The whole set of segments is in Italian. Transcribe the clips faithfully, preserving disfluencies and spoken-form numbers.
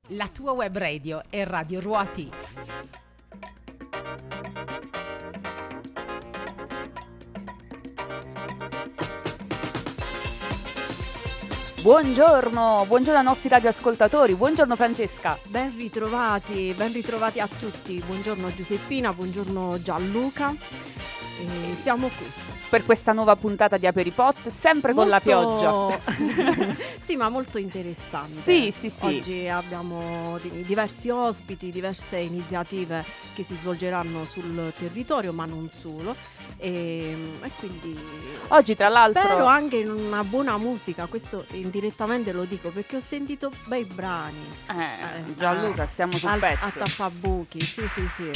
La tua web radio è Radio Ruoti. Buongiorno, buongiorno ai nostri radioascoltatori, buongiorno Francesca. Ben ritrovati, ben ritrovati a tutti, buongiorno Giuseppina, buongiorno Gianluca, e siamo qui. Per questa nuova puntata di Aperipot, sempre molto... con la pioggia. Sì, ma molto interessante. Sì, sì, sì. Oggi abbiamo di- diversi ospiti, diverse iniziative che si svolgeranno sul territorio, ma non solo. E, e quindi oggi tra l'altro spero anche in una buona musica, questo indirettamente lo dico perché ho sentito bei brani. Eh, Gianluca, stiamo sul al, pezzo. A tappabuchi, sì, sì, sì.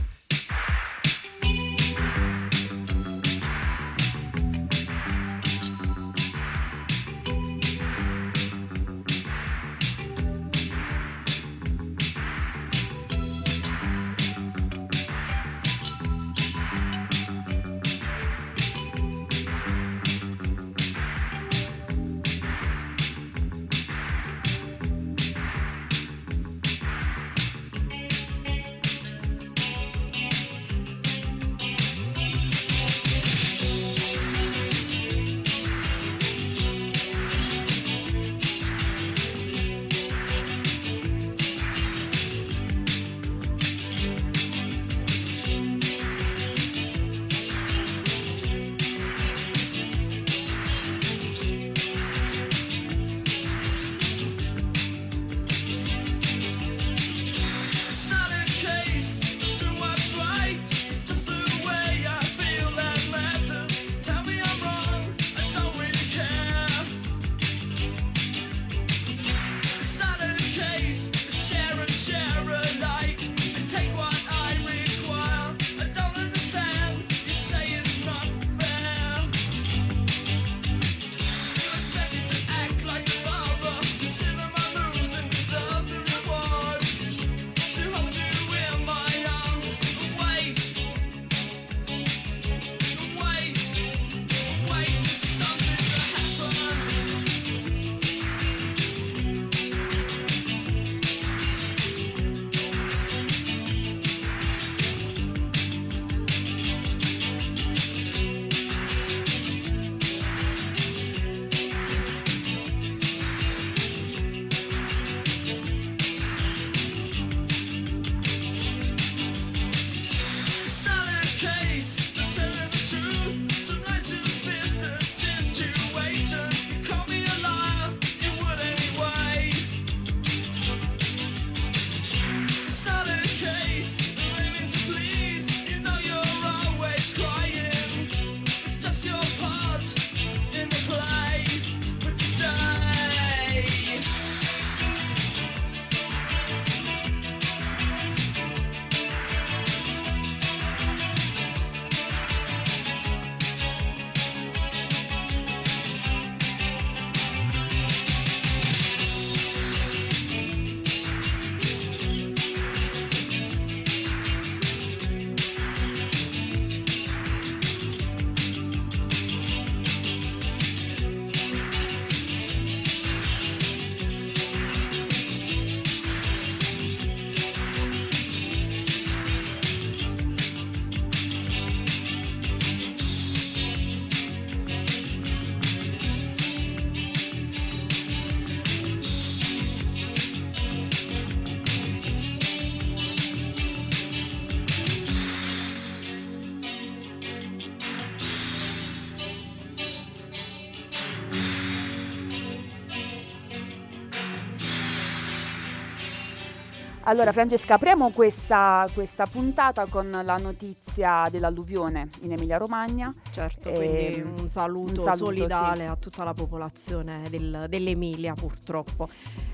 Allora Francesca, apriamo questa, questa puntata con la notizia dell'alluvione in Emilia-Romagna. Certo, E quindi un saluto, un saluto solidale sì. a tutta la popolazione del, dell'Emilia purtroppo.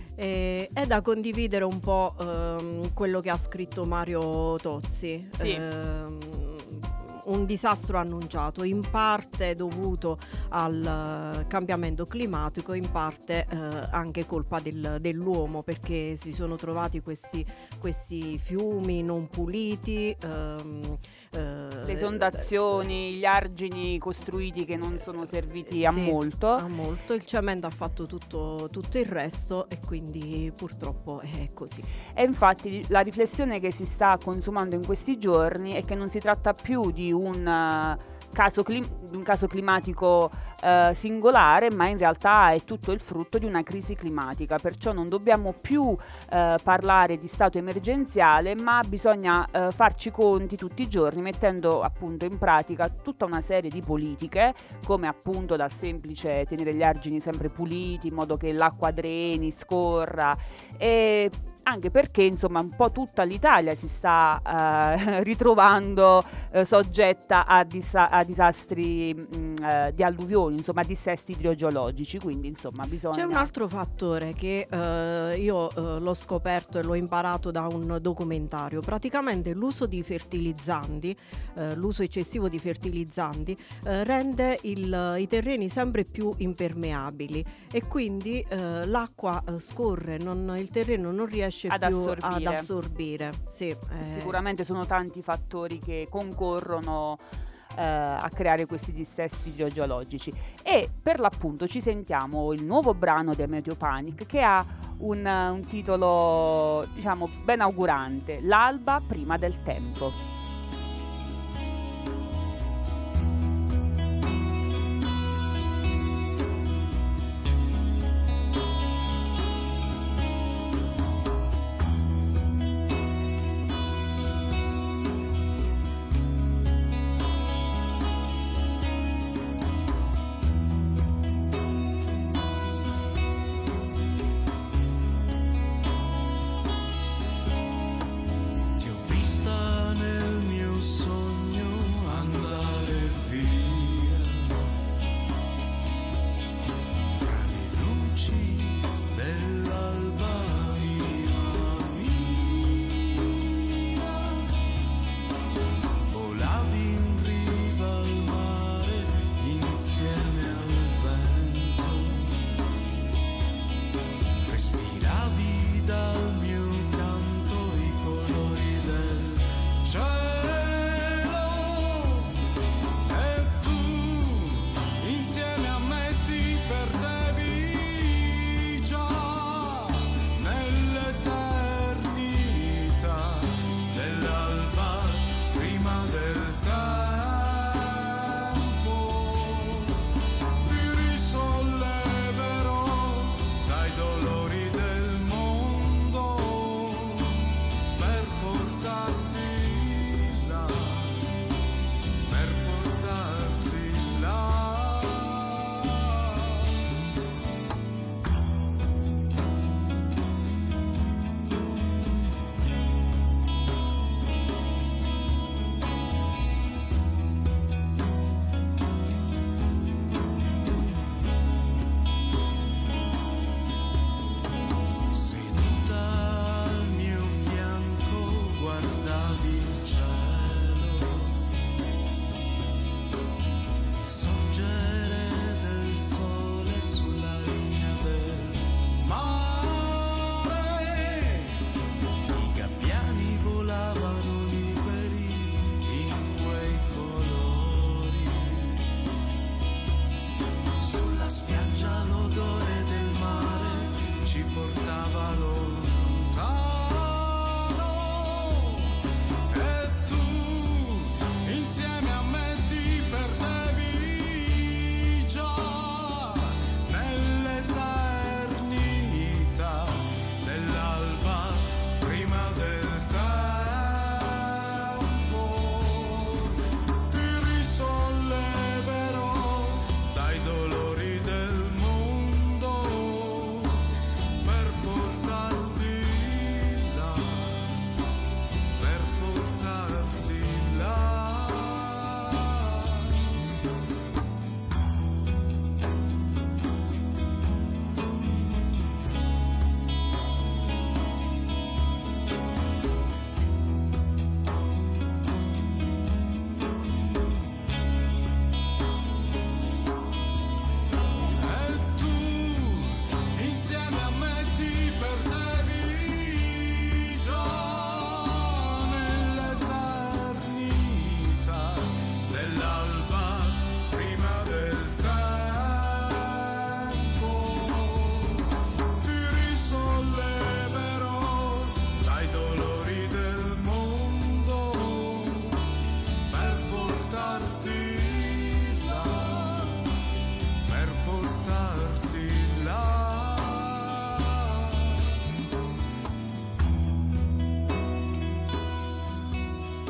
Eh, è da condividere un po' ehm, quello che ha scritto Mario Tozzi. Sì. Ehm, un disastro annunciato, in parte dovuto al uh, cambiamento climatico, in parte uh, anche colpa del, dell'uomo, perché si sono trovati questi, questi fiumi non puliti, um, uh, le esondazioni, gli argini costruiti che non sono serviti a sì, molto. a molto. Il cemento ha fatto tutto, tutto il resto e quindi purtroppo è così. E infatti la riflessione che si sta consumando in questi giorni è che non si tratta più di un uh, caso, clim- di un caso climatico uh, singolare, ma in realtà è tutto il frutto di una crisi climatica, perciò non dobbiamo più uh, parlare di stato emergenziale, ma bisogna uh, farci conti tutti i giorni, mettendo appunto in pratica tutta una serie di politiche, come appunto dal semplice tenere gli argini sempre puliti in modo che l'acqua dreni, scorra, e anche perché insomma un po' tutta l'Italia si sta uh, ritrovando uh, soggetta a, disa- a disastri mh, uh, di alluvioni, insomma a dissesti idrogeologici, quindi insomma bisogna... C'è un altro fattore che uh, io uh, l'ho scoperto e l'ho imparato da un documentario. Praticamente l'uso di fertilizzanti, uh, l'uso eccessivo di fertilizzanti uh, rende il, i terreni sempre più impermeabili e quindi uh, l'acqua uh, scorre, non, il terreno non riesce Ad più assorbire. ad assorbire. Sì, eh. Sicuramente sono tanti fattori che concorrono eh, a creare questi dissesti idrogeologici, e per l'appunto ci sentiamo il nuovo brano dei Meteopanic, che ha un, un titolo diciamo ben augurante: L'alba prima del tempo.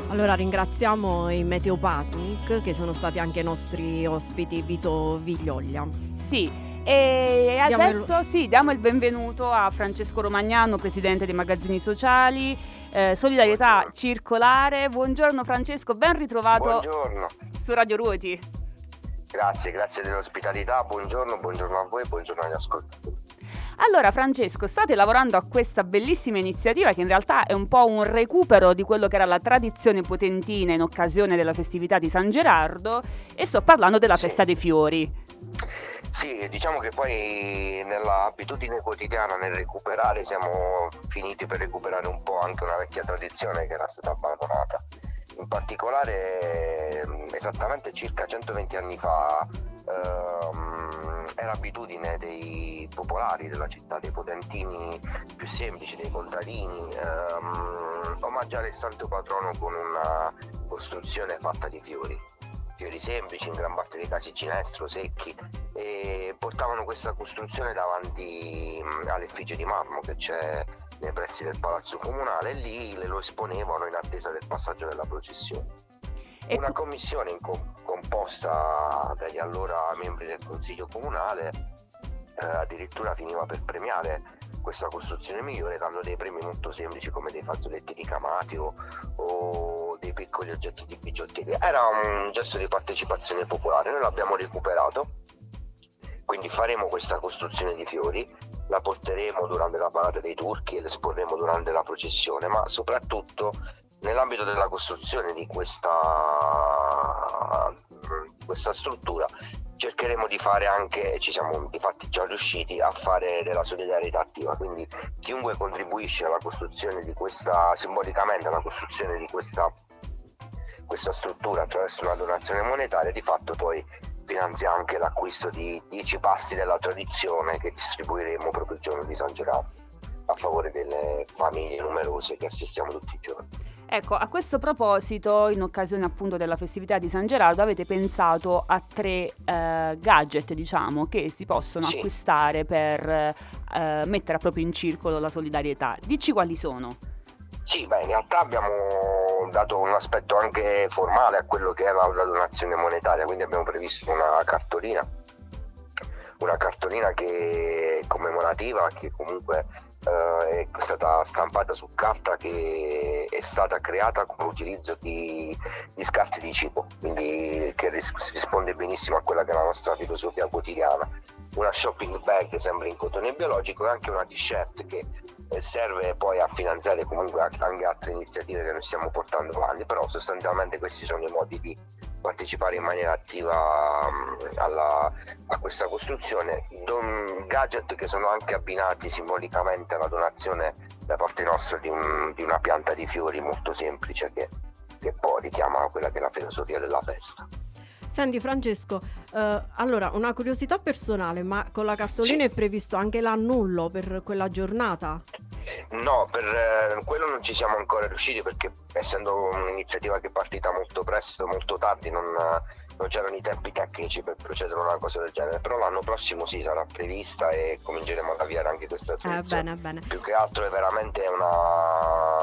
Allora ringraziamo i Meteopatnic che sono stati anche i nostri ospiti, Vito Viglioglia. Sì. E Diamo adesso il... sì, diamo il benvenuto a Francesco Romagnano, presidente dei magazzini sociali, eh, Solidarietà Buongiorno. Circolare. Buongiorno Francesco, ben ritrovato Buongiorno. Su Radio Ruoti. Grazie, grazie dell'ospitalità, buongiorno, buongiorno a voi, buongiorno agli ascoltatori. Allora Francesco, state lavorando a questa bellissima iniziativa che in realtà è un po' un recupero di quello che era la tradizione potentina in occasione della festività di San Gerardo, e sto parlando della Sì. Festa dei Fiori. Sì, diciamo che poi nell'abitudine quotidiana, nel recuperare, siamo finiti per recuperare un po' anche una vecchia tradizione che era stata abbandonata. In particolare, esattamente circa centoventi anni fa, ehm, era abitudine dei popolari della città, dei potentini più semplici, dei contadini, ehm, omaggiare il santo patrono con una costruzione fatta di fiori. Fiori semplici, in gran parte dei casi ginestra, secchi, e portavano questa costruzione davanti all'effigie di marmo che c'è nei pressi del palazzo comunale, e lì le lo esponevano in attesa del passaggio della processione. E... Una commissione co- composta dagli allora membri del consiglio comunale eh, addirittura finiva per premiare questa costruzione migliore, dando dei premi molto semplici come dei fazzoletti ricamati o, o dei piccoli oggetti di bigiotteria. Era un gesto di partecipazione popolare, noi l'abbiamo recuperato, quindi faremo questa costruzione di fiori, la porteremo durante la parata dei turchi e l'esporremo durante la processione, ma soprattutto nell'ambito della costruzione di questa, di questa struttura cercheremo di fare anche, ci siamo infatti già riusciti a fare della solidarietà attiva, quindi chiunque contribuisce alla costruzione di questa, simbolicamente alla costruzione di questa, questa struttura attraverso una donazione monetaria, di fatto poi finanzia anche l'acquisto di dieci pasti della tradizione che distribuiremo proprio il giorno di San Gerardo a favore delle famiglie numerose che assistiamo tutti i giorni. Ecco, a questo proposito, in occasione appunto della festività di San Gerardo, avete pensato a tre eh, gadget, diciamo, che si possono Sì. acquistare per eh, mettere proprio in circolo la solidarietà. Dici quali sono? Sì, beh, in realtà abbiamo dato un aspetto anche formale a quello che era la donazione monetaria, quindi abbiamo previsto una cartolina, una cartolina che è commemorativa, che comunque eh, è stata stampata su carta, che è stata creata con l'utilizzo di, di scarti di cibo, quindi che ris- risponde benissimo a quella che è la nostra filosofia quotidiana. Una shopping bag sempre in cotone biologico e anche una t-shirt che serve poi a finanziare comunque anche altre iniziative che noi stiamo portando avanti, però sostanzialmente questi sono i modi di partecipare in maniera attiva alla, a questa costruzione. Don, gadget che sono anche abbinati simbolicamente alla donazione da parte nostra di, un, di una pianta di fiori molto semplice che, che poi richiama quella che è la filosofia della festa. Senti Francesco, eh, allora una curiosità personale, ma con la cartolina Sì. è previsto anche l'annullo per quella giornata? No, per eh, quello non ci siamo ancora riusciti, perché essendo un'iniziativa che è partita molto presto, molto tardi, non, non c'erano i tempi tecnici per procedere a una cosa del genere, però l'anno prossimo sì, sarà prevista e cominceremo ad avviare anche questa Eh, soluzione. bene, bene. Più che altro è veramente una,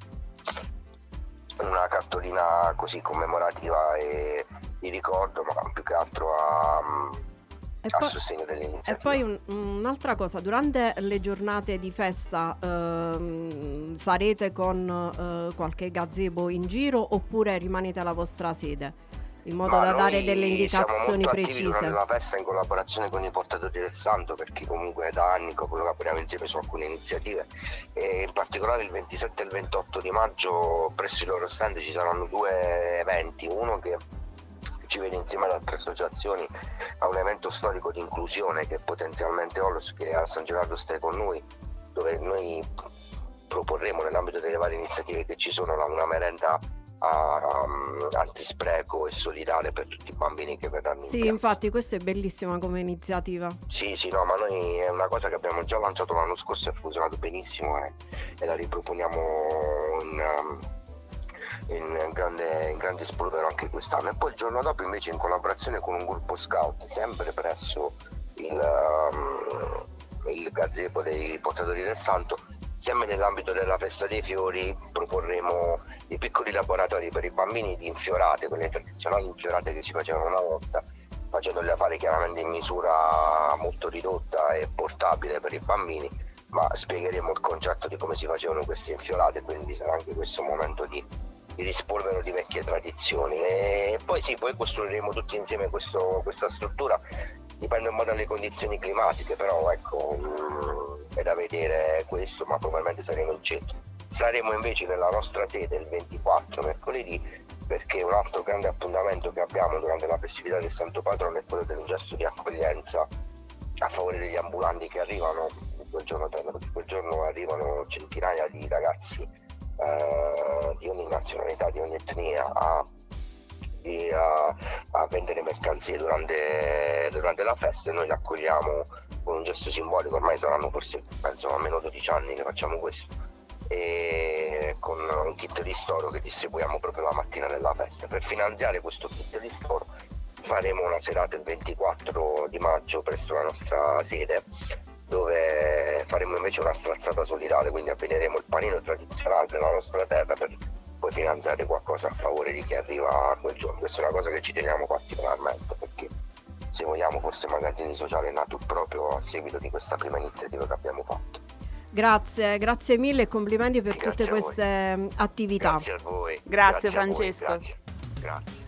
una cartolina così commemorativa e di ricordo, ma più che altro a, E a poi, sostegno e dell'iniziativa. poi un- un'altra cosa, durante le giornate di festa ehm, sarete con eh, qualche gazebo in giro oppure rimanete alla vostra sede? In modo Ma da dare noi delle indicazioni siamo molto attivi precise. durante la festa in collaborazione con i portatori del santo, perché comunque da anni collaboriamo insieme su alcune iniziative, e in particolare il ventisette e il ventotto di maggio presso i loro stand ci saranno due eventi, uno che ci vede insieme ad altre associazioni a un evento storico di inclusione che è potenzialmente Olos, che a San Gerardo Stai con noi, dove noi proporremo nell'ambito delle varie iniziative che ci sono una merenda a, um, antispreco e solidale per tutti i bambini che verranno in Sì, piazza. infatti questa è bellissima come iniziativa. Sì, sì, no, ma noi è una cosa che abbiamo già lanciato l'anno scorso e ha funzionato benissimo, e, e la riproponiamo in, um, in, grande, in grande spolvero anche quest'anno. E poi il giorno dopo invece, in collaborazione con un gruppo scout sempre presso il, um, il gazebo dei portatori del santo, Sempre nell'ambito della festa dei fiori proporremo i piccoli laboratori per i bambini di infiorate, quelle tradizionali infiorate che si facevano una volta, facendole fare chiaramente in misura molto ridotta e portabile per i bambini, ma spiegheremo il concetto di come si facevano queste infiorate, quindi sarà anche questo un momento di, di rispolvero di vecchie tradizioni. E poi sì, poi costruiremo tutti insieme questo, questa struttura, dipende un po' dalle condizioni climatiche, però ecco, mh, è da vedere questo, ma probabilmente saremo in centro. Saremo invece nella nostra sede il ventiquattro, mercoledì, perché un altro grande appuntamento che abbiamo durante la festività del Santo Patrono è quello del gesto di accoglienza a favore degli ambulanti che arrivano. Quel giorno, quel giorno arrivano centinaia di ragazzi eh, di ogni nazionalità, di ogni etnia a, di, a, a vendere mercanzie durante, durante la festa, e noi li accogliamo con un gesto simbolico. Ormai saranno forse penso almeno dodici anni che facciamo questo, e con un kit ristoro che distribuiamo proprio la mattina della festa. Per finanziare questo kit ristoro faremo una serata il ventiquattro di maggio presso la nostra sede, dove faremo invece una strazzata solidale, quindi abbaineremo il panino tradizionale della nostra terra per poi finanziare qualcosa a favore di chi arriva quel giorno. Questa è una cosa che ci teniamo particolarmente, perché se vogliamo forse Magazzini Sociale è nato proprio a seguito di questa prima iniziativa che abbiamo fatto. Grazie, grazie mille e complimenti per Grazie tutte queste attività. Grazie a voi. Grazie, Grazie a voi, Francesco. grazie. Grazie.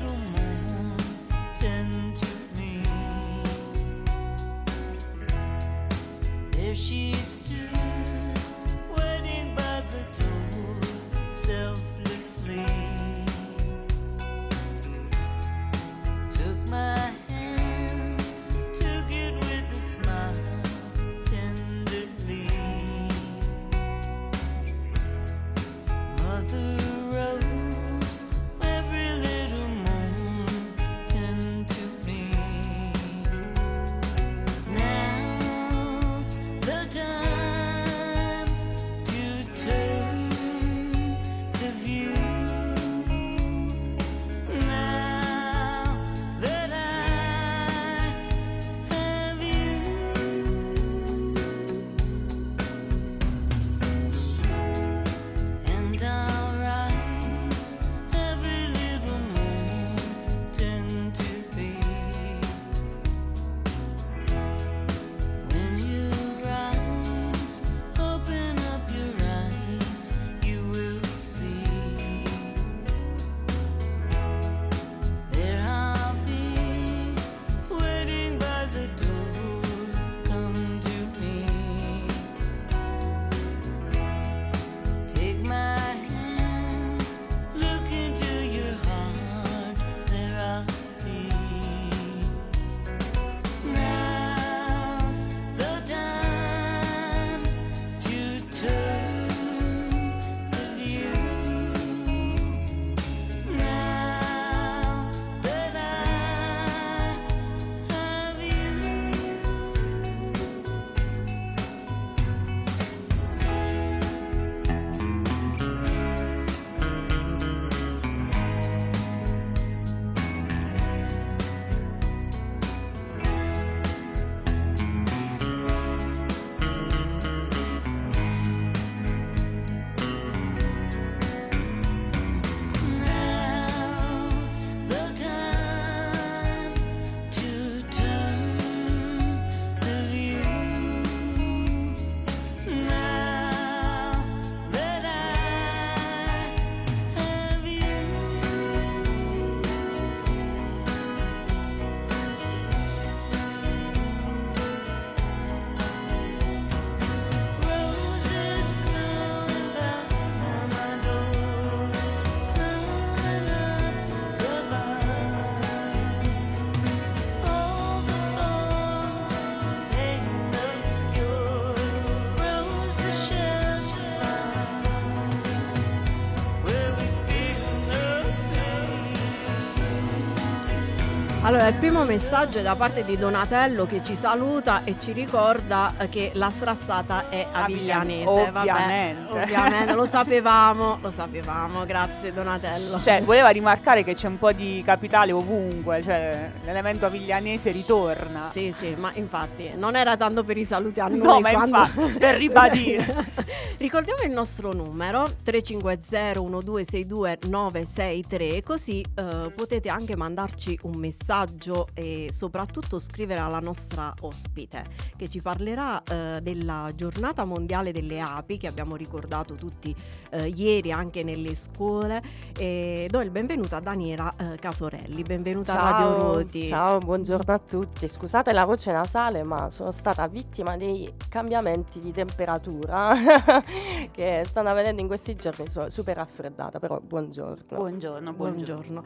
Tend to me. Allora, il primo messaggio è da parte di Donatello che ci saluta e ci ricorda che la strazzata è aviglianese. Ovviamente. Vabbè, ovviamente, lo sapevamo, lo sapevamo, grazie Donatello. Cioè, voleva rimarcare che c'è un po' di capitale ovunque, cioè l'elemento aviglianese ritorna. Sì, sì, ma infatti non era tanto per i saluti a noi. No, ma quando... infatti, per ribadire. Ricordiamo il nostro numero tre cinque zero uno due sei due nove sei tre, così eh, potete anche mandarci un messaggio e soprattutto scrivere alla nostra ospite che ci parlerà eh, della giornata mondiale delle api che abbiamo ricordato tutti eh, ieri anche nelle scuole, e do il benvenuto a Daniela eh, Casorelli. Benvenuta ciao, a Radio Ruoti. Ciao, buongiorno a tutti. Scusate la voce nasale, ma sono stata vittima dei cambiamenti di temperatura che stanno avvenendo in questi giorni. Sono super raffreddata, però buongiorno. Buongiorno, buongiorno. buongiorno.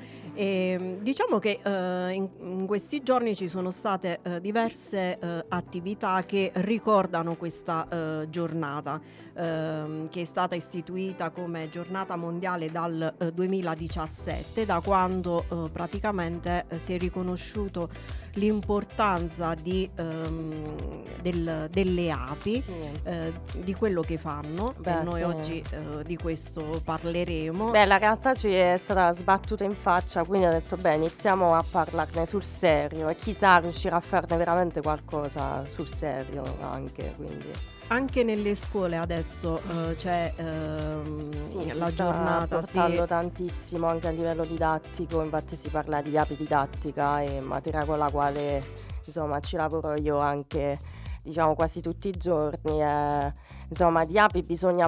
E, diciamo che eh, in, in questi giorni ci sono state eh, diverse eh, attività che ricordano questa eh, giornata eh, che è stata istituita come giornata mondiale dal eh, duemiladiciassette, da quando eh, praticamente eh, si è riconosciuto l'importanza di, ehm, del, delle api, Sì. eh, di quello che fanno. Beh, e noi sì. oggi eh, di questo parleremo. Beh, la realtà ci è stata sbattuta in faccia, quindi ho detto beh, iniziamo a parlarne sul serio e chissà riuscirà a farne veramente qualcosa sul serio anche, quindi Anche nelle scuole adesso eh, c'è ehm, sì, la si sta giornata, portando sì. tantissimo anche a livello didattico, infatti si parla di api didattica, e materia con la quale insomma ci lavoro io anche diciamo quasi tutti i giorni. eh, insomma di api bisogna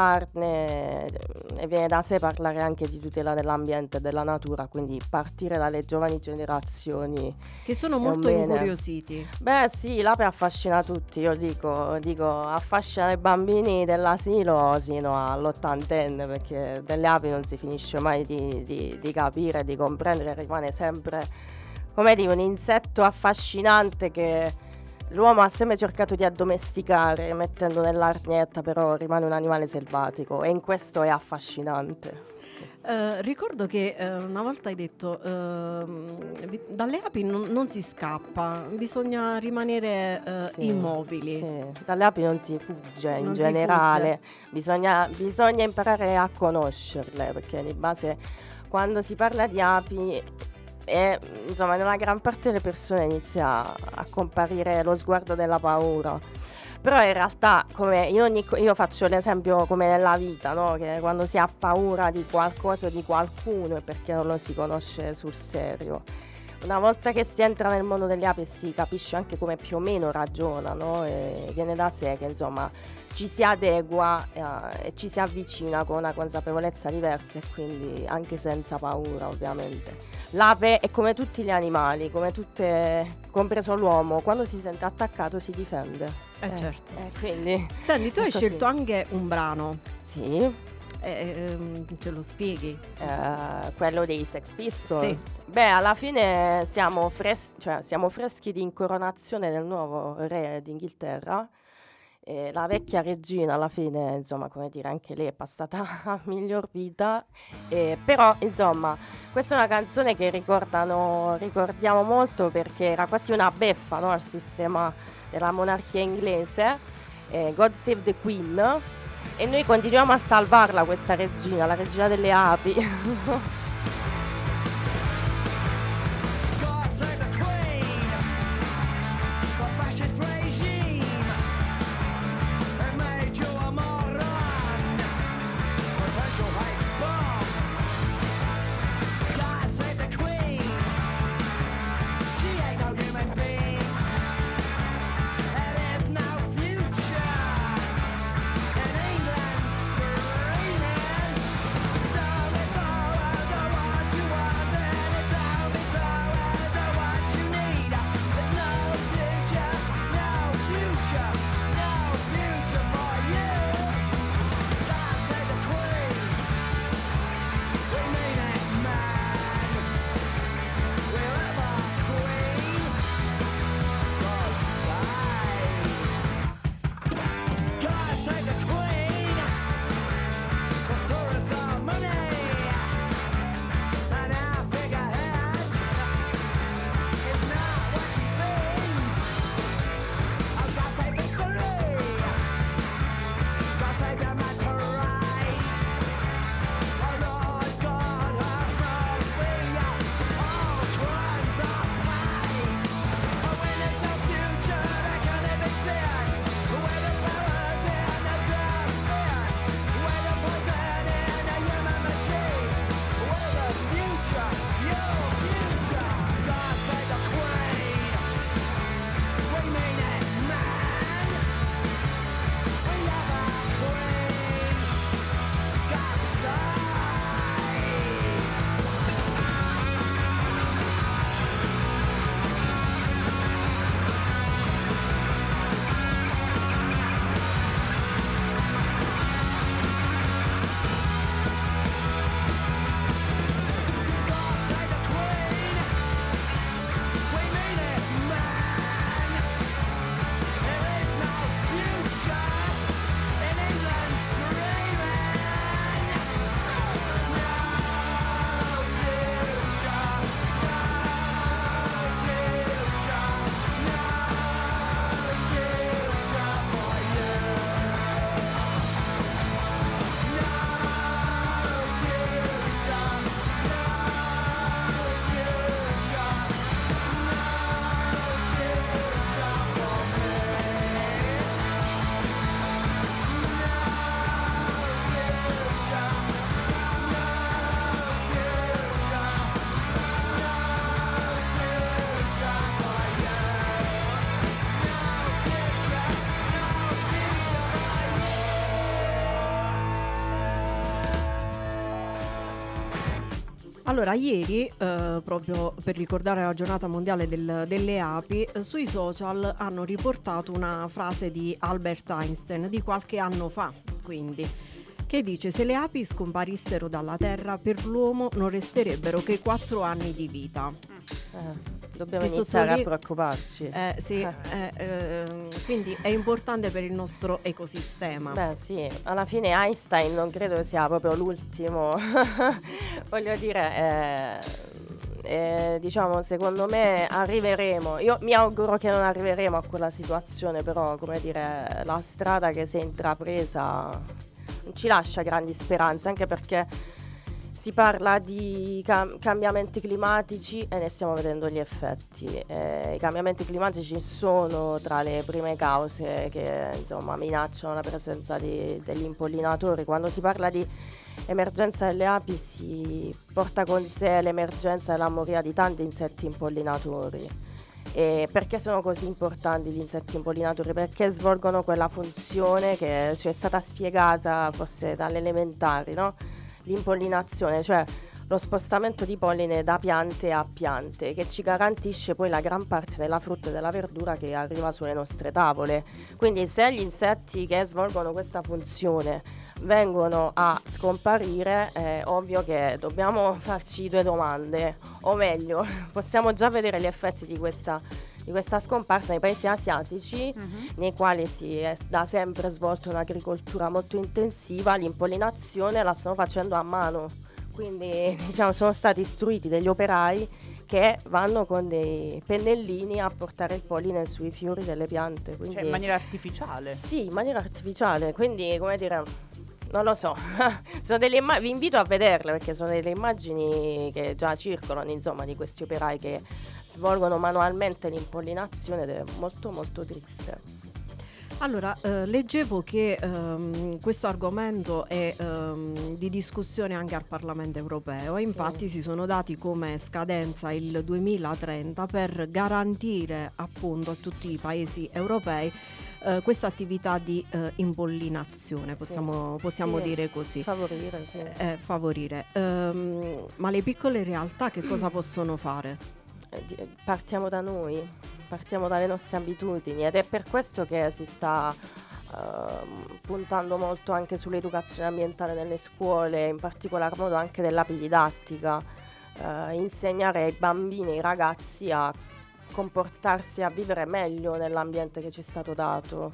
parlarne e viene da sé parlare anche di tutela dell'ambiente e della natura, quindi partire dalle giovani generazioni che sono è un molto bene. incuriositi. Beh sì, l'ape affascina tutti, io dico, dico affascina i bambini dell'asilo sino all'ottantenne, perché delle api non si finisce mai di, di, di capire, di comprendere, rimane sempre, come dire, un insetto affascinante che l'uomo ha sempre cercato di addomesticare mettendo nell'arnietta, però rimane un animale selvatico e in questo è affascinante. Eh, ricordo che eh, una volta hai detto ehm, vi- dalle api non, non si scappa, bisogna rimanere eh, Sì, immobili. sì. Dalle api non si fugge in Non si generale, bisogna, bisogna imparare a conoscerle, perché di base quando si parla di api e insomma nella gran parte delle persone inizia a comparire lo sguardo della paura, però in realtà come in ogni co- io faccio l'esempio come nella vita, no? Che quando si ha paura di qualcosa o di qualcuno è perché non lo si conosce sul serio. Una volta che si entra nel mondo delle api si capisce anche come più o meno ragionano, e viene da sé che insomma ci si adegua eh, e ci si avvicina con una consapevolezza diversa, e quindi anche senza paura ovviamente. L'ape è come tutti gli animali, come tutte, compreso l'uomo, quando si sente attaccato si difende. Eh, certo. Eh, quindi Senti, tu hai così. scelto anche un brano, sì, eh, ehm, ce lo spieghi? eh, quello dei Sex Pistols. Beh, alla fine siamo, fres- cioè, siamo freschi di incoronazione del nuovo re d'Inghilterra. E la vecchia regina alla fine, insomma, come dire, anche lei è passata a miglior vita, e, però insomma questa è una canzone che ricordano, ricordiamo molto perché era quasi una beffa, no, al sistema della monarchia inglese, eh, God Save the Queen, e noi continuiamo a salvarla questa regina, la regina delle api. God save the Queen, the fascist regime. It made you a moron, potential hate bomb. God save the Queen, she ain't no human being. There is no future in England's dreaming. Don't be forward, Allora, ieri, eh, proprio per ricordare la giornata mondiale del- delle api, eh, sui social hanno riportato una frase di Albert Einstein di qualche anno fa, quindi, che dice: se le api scomparissero dalla Terra, per l'uomo non resterebbero che quattro anni di vita. Eh, dobbiamo Che iniziare sottoline- a preoccuparci. Eh, sì, Eh. eh, ehm, quindi è importante per il nostro ecosistema. Beh sì, alla fine Einstein non credo sia proprio l'ultimo, voglio dire, eh, eh, diciamo secondo me arriveremo, io mi auguro che non arriveremo a quella situazione, però come dire la strada che si è intrapresa non ci lascia grandi speranze, anche perché si parla di cam- cambiamenti climatici e ne stiamo vedendo gli effetti. Eh, I cambiamenti climatici sono tra le prime cause che insomma minacciano la presenza di- degli impollinatori. Quando si parla di emergenza delle api si porta con sé l'emergenza della moria di tanti insetti impollinatori. E perché sono così importanti gli insetti impollinatori? Perché svolgono quella funzione che ci è stata spiegata forse dalle elementari, no? L'impollinazione, cioè lo spostamento di polline da piante a piante, che ci garantisce poi la gran parte della frutta e della verdura che arriva sulle nostre tavole. Quindi se gli insetti che svolgono questa funzione vengono a scomparire, è ovvio che dobbiamo farci due domande, o meglio, possiamo già vedere gli effetti di questa di questa scomparsa nei paesi asiatici, Mhm. nei quali si è da sempre svolta un'agricoltura molto intensiva. L'impollinazione la stanno facendo a mano, quindi diciamo sono stati istruiti degli operai che vanno con dei pennellini a portare il polline sui fiori delle piante, quindi Cioè in maniera artificiale. sì, in maniera artificiale, quindi come dire, non lo so, sono delle imma- vi invito a vederle perché sono delle immagini che già circolano, insomma, di questi operai che svolgono manualmente l'impollinazione ed è molto molto triste. Allora, eh, leggevo che ehm, questo argomento è ehm, di discussione anche al Parlamento europeo e infatti si sono dati come scadenza il duemilatrenta per garantire appunto a tutti i paesi europei eh, questa attività di eh, impollinazione, possiamo, possiamo Sì. dire così. Favorire, sì. Eh, favorire. Ehm, ma le piccole realtà che cosa possono fare? Eh, di- Partiamo da noi, partiamo dalle nostre abitudini ed è per questo che si sta ehm, puntando molto anche sull'educazione ambientale nelle scuole, in particolar modo anche dell'apididattica, eh, insegnare ai bambini e ai ragazzi a comportarsi, a vivere meglio nell'ambiente che ci è stato dato.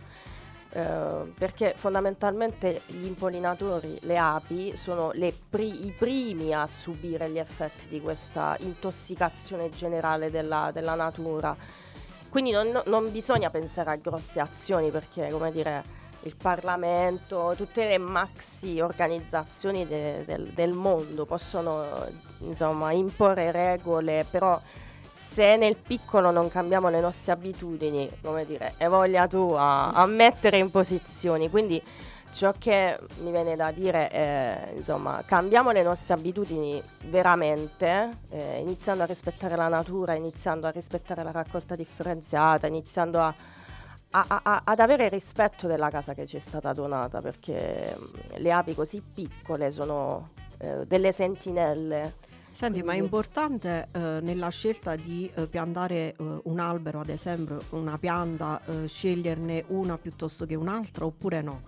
Eh, perché fondamentalmente gli impollinatori, le api, sono le pri- i primi a subire gli effetti di questa intossicazione generale della, della natura. Quindi non, non bisogna pensare a grosse azioni perché, come dire, il Parlamento, tutte le maxi organizzazioni de- del, del mondo possono insomma imporre regole, però se nel piccolo non cambiamo le nostre abitudini, come dire, e voglia tu a, a mettere in posizioni. Quindi ciò che mi viene da dire è, insomma, cambiamo le nostre abitudini veramente, eh, iniziando a rispettare la natura, iniziando a rispettare la raccolta differenziata, iniziando a, a- a- a- ad avere rispetto della casa che ci è stata donata, perché mm, le api così piccole sono eh, delle sentinelle. Senti, ma è Quindi- importante eh, nella scelta di eh, piantare eh, un albero, ad esempio una pianta, eh, sceglierne una piuttosto che un'altra oppure no?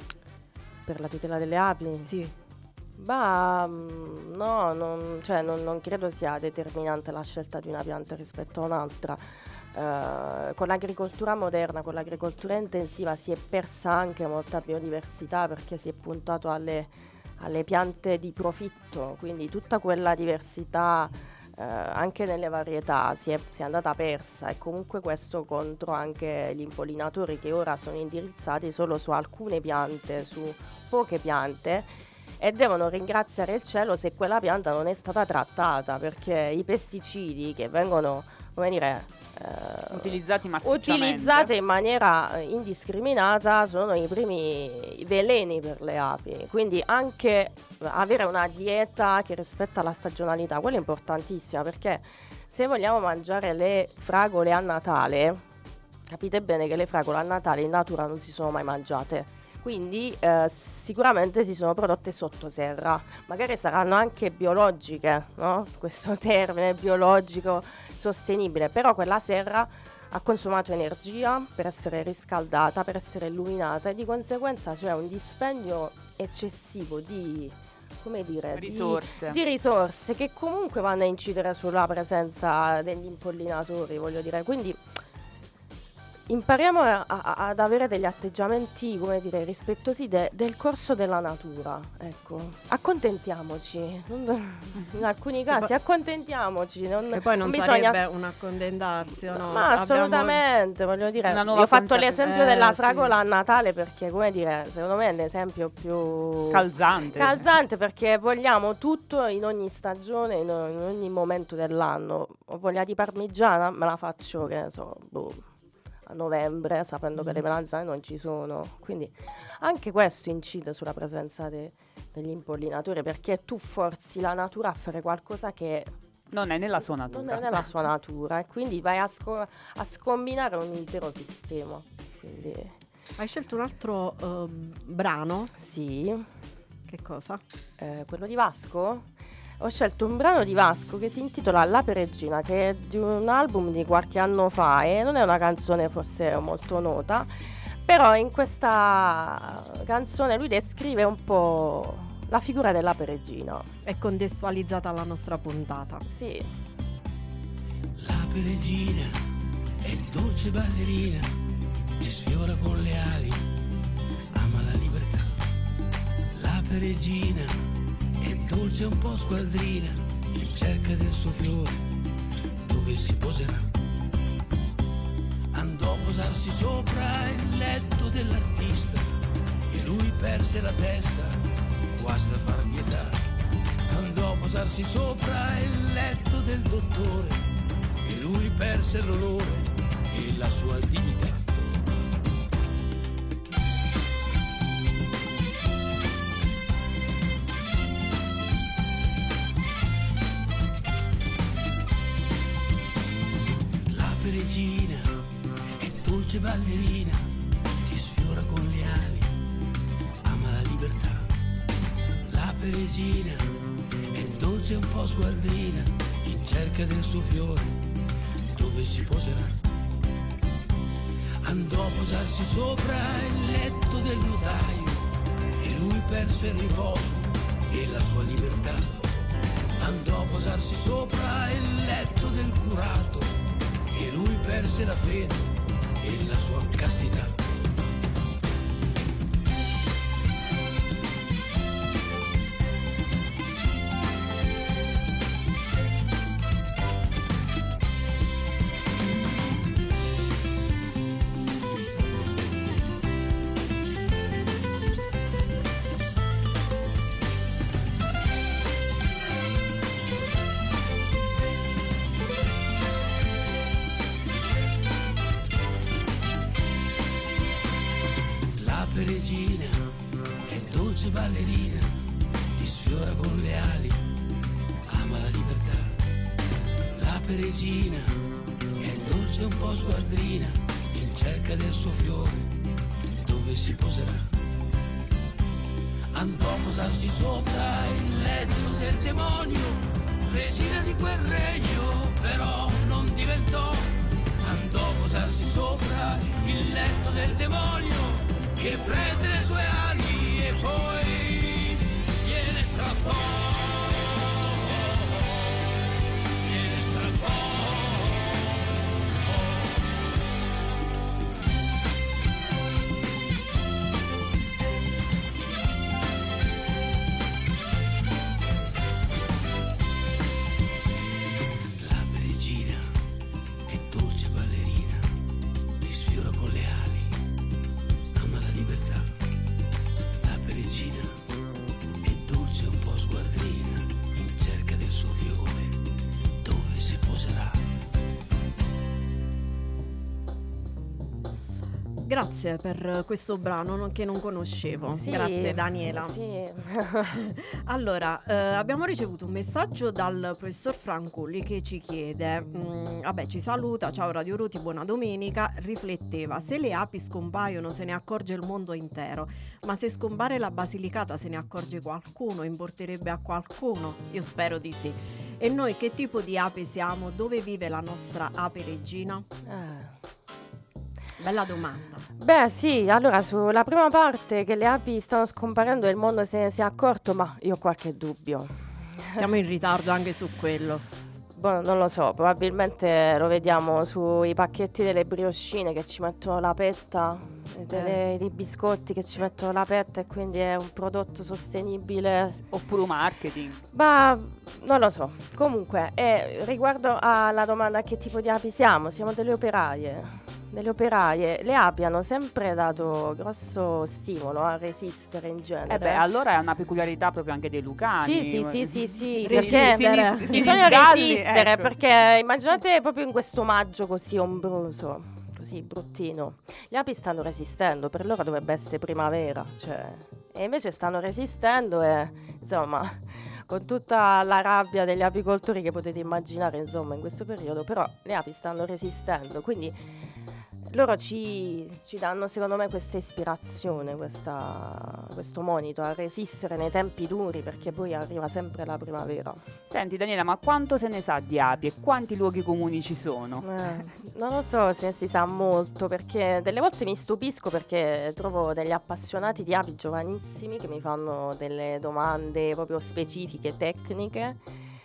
Per la tutela delle api? Sì. Bah, mm, no, non, cioè, non, non credo sia determinante la scelta di una pianta rispetto a un'altra. Eh, con l'agricoltura moderna, con l'agricoltura intensiva si è persa anche molta biodiversità perché si è puntato alle, alle piante di profitto, quindi tutta quella diversità eh, anche nelle varietà si è, si è andata persa e comunque questo contro anche gli impollinatori che ora sono indirizzati solo su alcune piante, su poche piante e devono ringraziare il cielo se quella pianta non è stata trattata perché i pesticidi che vengono, come dire, eh, Utilizzati massicciamente. utilizzate in maniera eh, indiscriminata sono i primi veleni per le api, quindi anche avere una dieta che rispetta la stagionalità, quella è importantissima perché se vogliamo mangiare le fragole a Natale, capite bene che le fragole a Natale in natura non si sono mai mangiate, Quindi eh, sicuramente si sono prodotte sotto serra, magari saranno anche biologiche, no? Questo termine biologico sostenibile, però quella serra ha consumato energia per essere riscaldata, per essere illuminata, e di conseguenza c'è un dispendio eccessivo di, come dire, Risorse. Di, di risorse che comunque vanno a incidere sulla presenza degli impollinatori, voglio dire. Quindi impariamo a, a, ad avere degli atteggiamenti, come dire, rispettosi de, del corso della natura, ecco. Accontentiamoci, non- in alcuni casi poi- accontentiamoci, non, E poi non, non bisogna sarebbe s- un accontentarsi, o no? ma Abbiamo- assolutamente, voglio dire, Una io nuova ho fatto consape- l'esempio Eh, della sì. fragola a Natale perché, come dire, secondo me è l'esempio più Calzante. calzante, perché vogliamo tutto in ogni stagione, in, o- in ogni momento dell'anno. Ho voglia di parmigiana, me la faccio, che ne so, boh, a novembre, sapendo che le melanzane non ci sono. Quindi anche questo incide sulla presenza de- degli impollinatori, perché tu forzi la natura a fare qualcosa che Non è nella sua natura. non è nella sua natura, e quindi vai a, sco- a scombinare un intero sistema. Quindi Hai scelto un altro ehm, brano, sì, che cosa? eh, quello di Vasco. Ho scelto un brano di Vasco che si intitola La Peregrina, che è di un album di qualche anno fa e non è una canzone forse molto nota, però in questa canzone lui descrive un po' la figura della peregrina. È contestualizzata alla nostra puntata. Sì, La peregrina è dolce ballerina, ti sfiora con le ali, ama la libertà. La peregrina è dolce un po' squadrina, in cerca del suo fiore, dove si poserà. Andò a posarsi sopra il letto dell'artista e lui perse la testa, quasi da far pietà. Andò a posarsi sopra il letto del dottore e lui perse l'onore e la sua dignità. La peregrina è dolce ballerina, ti sfiora con le ali, ama la libertà. La peregrina è dolce un po' sgualdrina, in cerca del suo fiore, dove si poserà. Andò a posarsi sopra il letto del notaio e lui perse il riposo e la sua libertà. Andò a posarsi sopra il letto del curato e lui perse la fede e la sua castità. La peregrina è dolce ballerina, ti sfiora con le ali, ama la libertà. La peregrina è dolce un po' sguardrina, in cerca del suo fiore, dove si poserà. Andò a posarsi sopra il letto del demonio, regina di quel regno, però non diventò. Andò a posarsi sopra il letto del demonio, che prese le sue ali e poi gliene strappò, gliene strappò. La peregrina è dolce ballerina, ti sfiora con le ali, ama la libertà. grazie per questo brano non- che non conoscevo. Sì, Grazie Daniela. Sì. Allora, eh, abbiamo ricevuto un messaggio dal professor Francolli che ci chiede, mm, vabbè, ci saluta, ciao Radio Ruti, buona domenica, rifletteva, se le api scompaiono se ne accorge il mondo intero, ma se scompare la Basilicata se ne accorge qualcuno, importerebbe a qualcuno? Io spero di sì. E noi che tipo di ape siamo? Dove vive la nostra ape regina? Ah. Bella domanda. Beh sì, allora sulla prima parte che le api stanno scomparendo e il mondo se ne sia accorto, ma io ho qualche dubbio. Siamo in ritardo anche su quello. Boh, non lo so, probabilmente lo vediamo sui pacchetti delle briochine che ci mettono la petta, e delle- dei biscotti che ci mettono la petta e quindi è un prodotto sostenibile. Oppure marketing. Ma non lo so. Comunque, eh, riguardo alla domanda che tipo di api siamo, siamo delle operaie. Delle operaie. Le api hanno sempre dato grosso stimolo a resistere in genere. Eh beh, allora è una peculiarità proprio anche dei lucani. Sì, sì, sì, sì, sì, Resistere. perché Si- si- si bisogna riscaldi, resistere, ecco. perché immaginate proprio in questo maggio così ombroso, così bruttino. Le api stanno resistendo, per loro dovrebbe essere primavera, cioè, e invece stanno resistendo e, insomma, con tutta la rabbia degli apicoltori che potete immaginare, insomma, in questo periodo, però le api stanno resistendo, quindi loro ci, ci danno secondo me questa ispirazione, questa- questo monito a resistere nei tempi duri, perché poi arriva sempre la primavera. Senti Daniela, ma quanto se ne sa di api e quanti luoghi comuni ci sono? Eh, non lo so se si sa molto, perché delle volte mi stupisco perché trovo degli appassionati di api giovanissimi che mi fanno delle domande proprio specifiche, tecniche,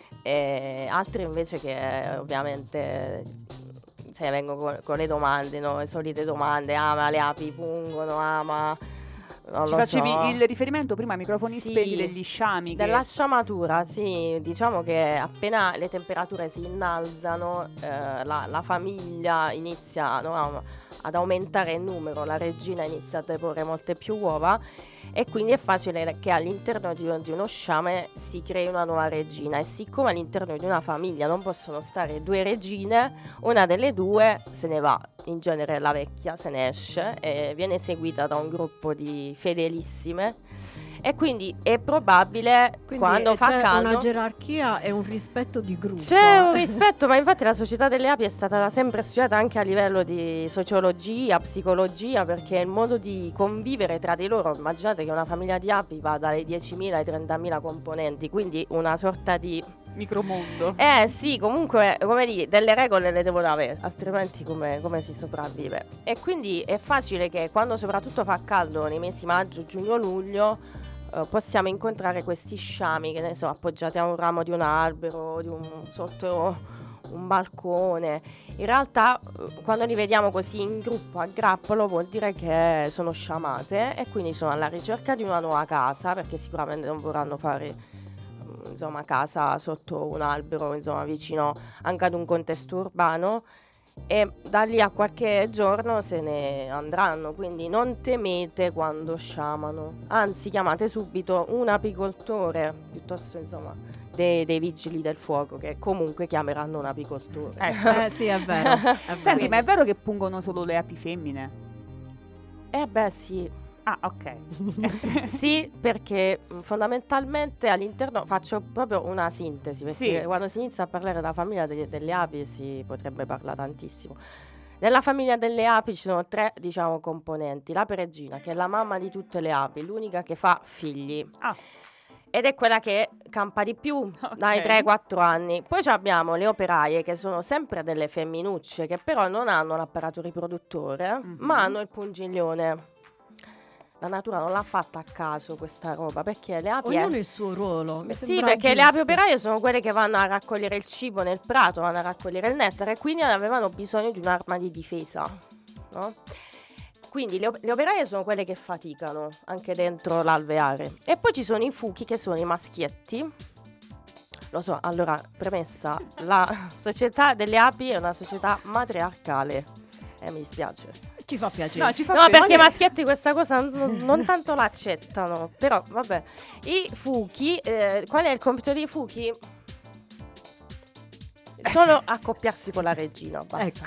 e altri invece che ovviamente se vengo con, con le domande, no? Le solite domande, ah ma le api pungono, ah ma non Ci lo facevi so. il riferimento prima ai microfoni Sì, spenti degli sciami. che- Della sciamatura, sì, diciamo che appena le temperature si innalzano, eh, la, la famiglia inizia, no, a- ad aumentare il numero, la regina inizia a deporre molte più uova e quindi è facile che all'interno di, di uno sciame si crei una nuova regina, e siccome all'interno di una famiglia non possono stare due regine, una delle due se ne va, in genere la vecchia se ne esce e viene seguita da un gruppo di fedelissime, e quindi è probabile Quindi quando eh, fa c'è caldo una gerarchia e un rispetto di gruppo. c'è un rispetto, ma infatti la società delle api è stata da sempre studiata anche a livello di sociologia, psicologia, perché il modo di convivere tra di loro, immaginate che una famiglia di api va dalle diecimila ai trentamila componenti, quindi una sorta di... Micromondo. Eh sì, comunque, come dire, delle regole le devono avere, altrimenti come, come si sopravvive? E quindi è facile che quando soprattutto fa caldo nei mesi maggio, giugno, luglio, eh, possiamo incontrare questi sciami, che ne so, appoggiati a un ramo di un albero, di un, sotto un balcone. In realtà eh, quando li vediamo così in gruppo a grappolo vuol dire che sono sciamate e quindi sono alla ricerca di una nuova casa, perché sicuramente non vorranno fare mm, insomma casa sotto un albero, insomma vicino anche ad un contesto urbano, e da lì a qualche giorno se ne andranno, quindi non temete quando sciamano, anzi chiamate subito un apicoltore piuttosto, insomma, dei, dei vigili del fuoco, che comunque chiameranno un apicoltore. Ecco. Eh sì, è vero. È Senti, vero. ma è vero che pungono solo le api femmine? Eh beh sì, Ah, ok. sì, perché mh, fondamentalmente all'interno faccio proprio una sintesi, perché Sì. quando si inizia a parlare della famiglia de- delle api si potrebbe parlare tantissimo. Nella famiglia delle api ci sono tre, diciamo, componenti. L'ape regina, che è la mamma di tutte le api, l'unica che fa figli. Ah. Ed è quella che campa di più, Ok. dai tre quattro anni. Poi ci abbiamo le operaie, che sono sempre delle femminucce, che però non hanno l'apparato riproduttore, Mhm. ma hanno il pungiglione. La natura non l'ha fatta a caso questa roba, perché le api... è- Ognuno il suo ruolo. mi sì, sembra perché le api giusto. operaie sono quelle che vanno a raccogliere il cibo nel prato, vanno a raccogliere il nettare, e quindi avevano bisogno di un'arma di difesa, no? Quindi le, op- le operaie sono quelle che faticano anche dentro l'alveare. E poi ci sono i fuchi, che sono i maschietti. Lo so, allora, premessa, la società delle api è una società matriarcale. Eh, mi dispiace. Ci fa piacere. No, ci fa No, piacere. perché i maschietti questa cosa non, non tanto l'accettano. Però, vabbè. I fuchi, eh, qual è il compito dei fuchi? Solo accoppiarsi con la regina, basta. Ecco.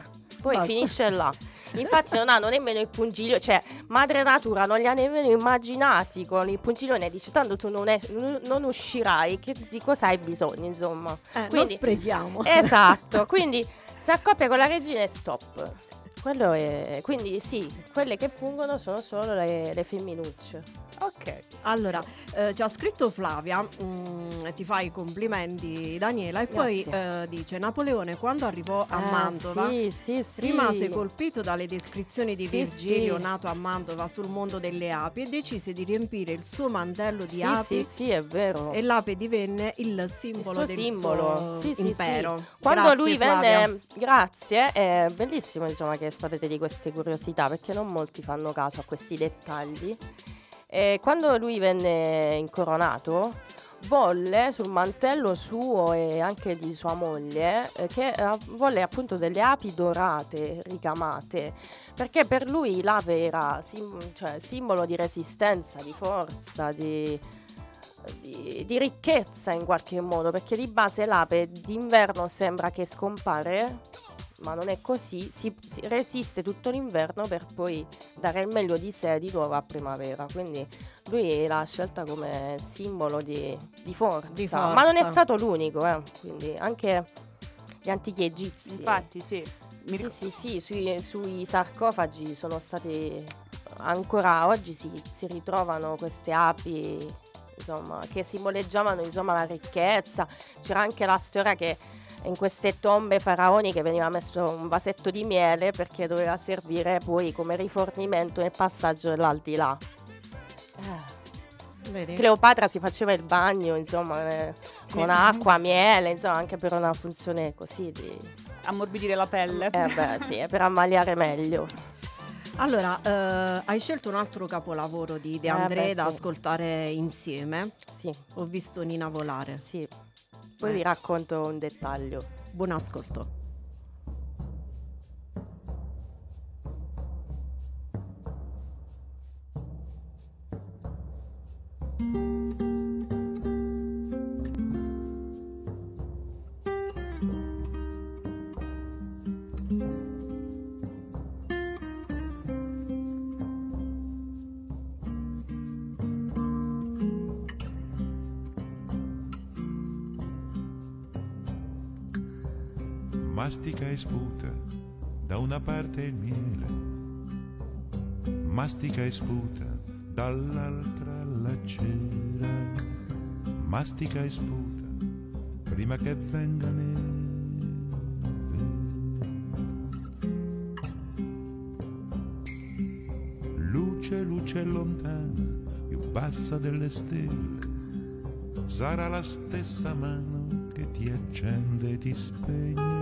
poi Basta. finisce là. Infatti non hanno nemmeno il pungiglio, cioè madre natura non li ha nemmeno immaginati con il pungiglione, dice tanto tu non, è, non uscirai, che, di cosa hai bisogno, insomma. Eh, Quindi, non sprechiamo. Esatto, quindi si accoppia con la regina e stop. Quello è, quindi sì, quelle che pungono sono solo le, le femminucce. Ok. Allora, eh, ci ha scritto Flavia, mm, ti fa i complimenti Daniela, e poi Grazie. eh, dice: Napoleone quando arrivò a Ah, Mantova sì, sì, sì. rimase colpito dalle descrizioni di Sì, Virgilio, sì. nato a Mantova, sul mondo delle api, e decise di riempire il suo mantello di Sì, api, sì, sì, è vero. e l'ape divenne il simbolo Il suo del simbolo. suo Sì, sì, impero. sì. Quando Grazie, lui Flavia. venne, grazie, è bellissimo insomma che sapete di queste curiosità, perché non molti fanno caso a questi dettagli. E quando lui venne incoronato, volle sul mantello suo e anche di sua moglie eh, che eh, volle appunto delle api dorate, ricamate, perché per lui l'ape era sim- cioè, simbolo di resistenza, di forza, di, di, di ricchezza in qualche modo, perché di base l'ape d'inverno sembra che scompare, ma non è così, si, si resiste tutto l'inverno per poi dare il meglio di sé di nuovo a primavera, quindi lui l'ha scelta come simbolo di, di, forza. Di forza. Ma non è stato l'unico, eh. Quindi anche gli antichi egizi. Infatti, sì. Mi Sì, ric- sì, sì, sui, sui sarcofagi sono stati, ancora oggi si, si ritrovano queste api, insomma, che simboleggiavano insomma la ricchezza. C'era anche la storia che in queste tombe faraoniche veniva messo un vasetto di miele perché doveva servire poi come rifornimento nel passaggio dell'aldilà. Eh. Vedi? Cleopatra si faceva il bagno, insomma, eh, con acqua, miele, insomma, anche per una funzione così di... ammorbidire la pelle. Eh beh, sì, per ammaliare meglio. Allora, eh, hai scelto un altro capolavoro di De Eh, André beh, da sì. ascoltare insieme. Sì, Ho visto Nina volare. sì. Poi Eh. vi racconto un dettaglio. Buon ascolto. Mastica e sputa da una parte il miele, mastica e sputa dall'altra la cera, mastica e sputa prima che venga neve. Luce, luce lontana, più bassa delle stelle, sarà la stessa mano che ti accende e ti spegne.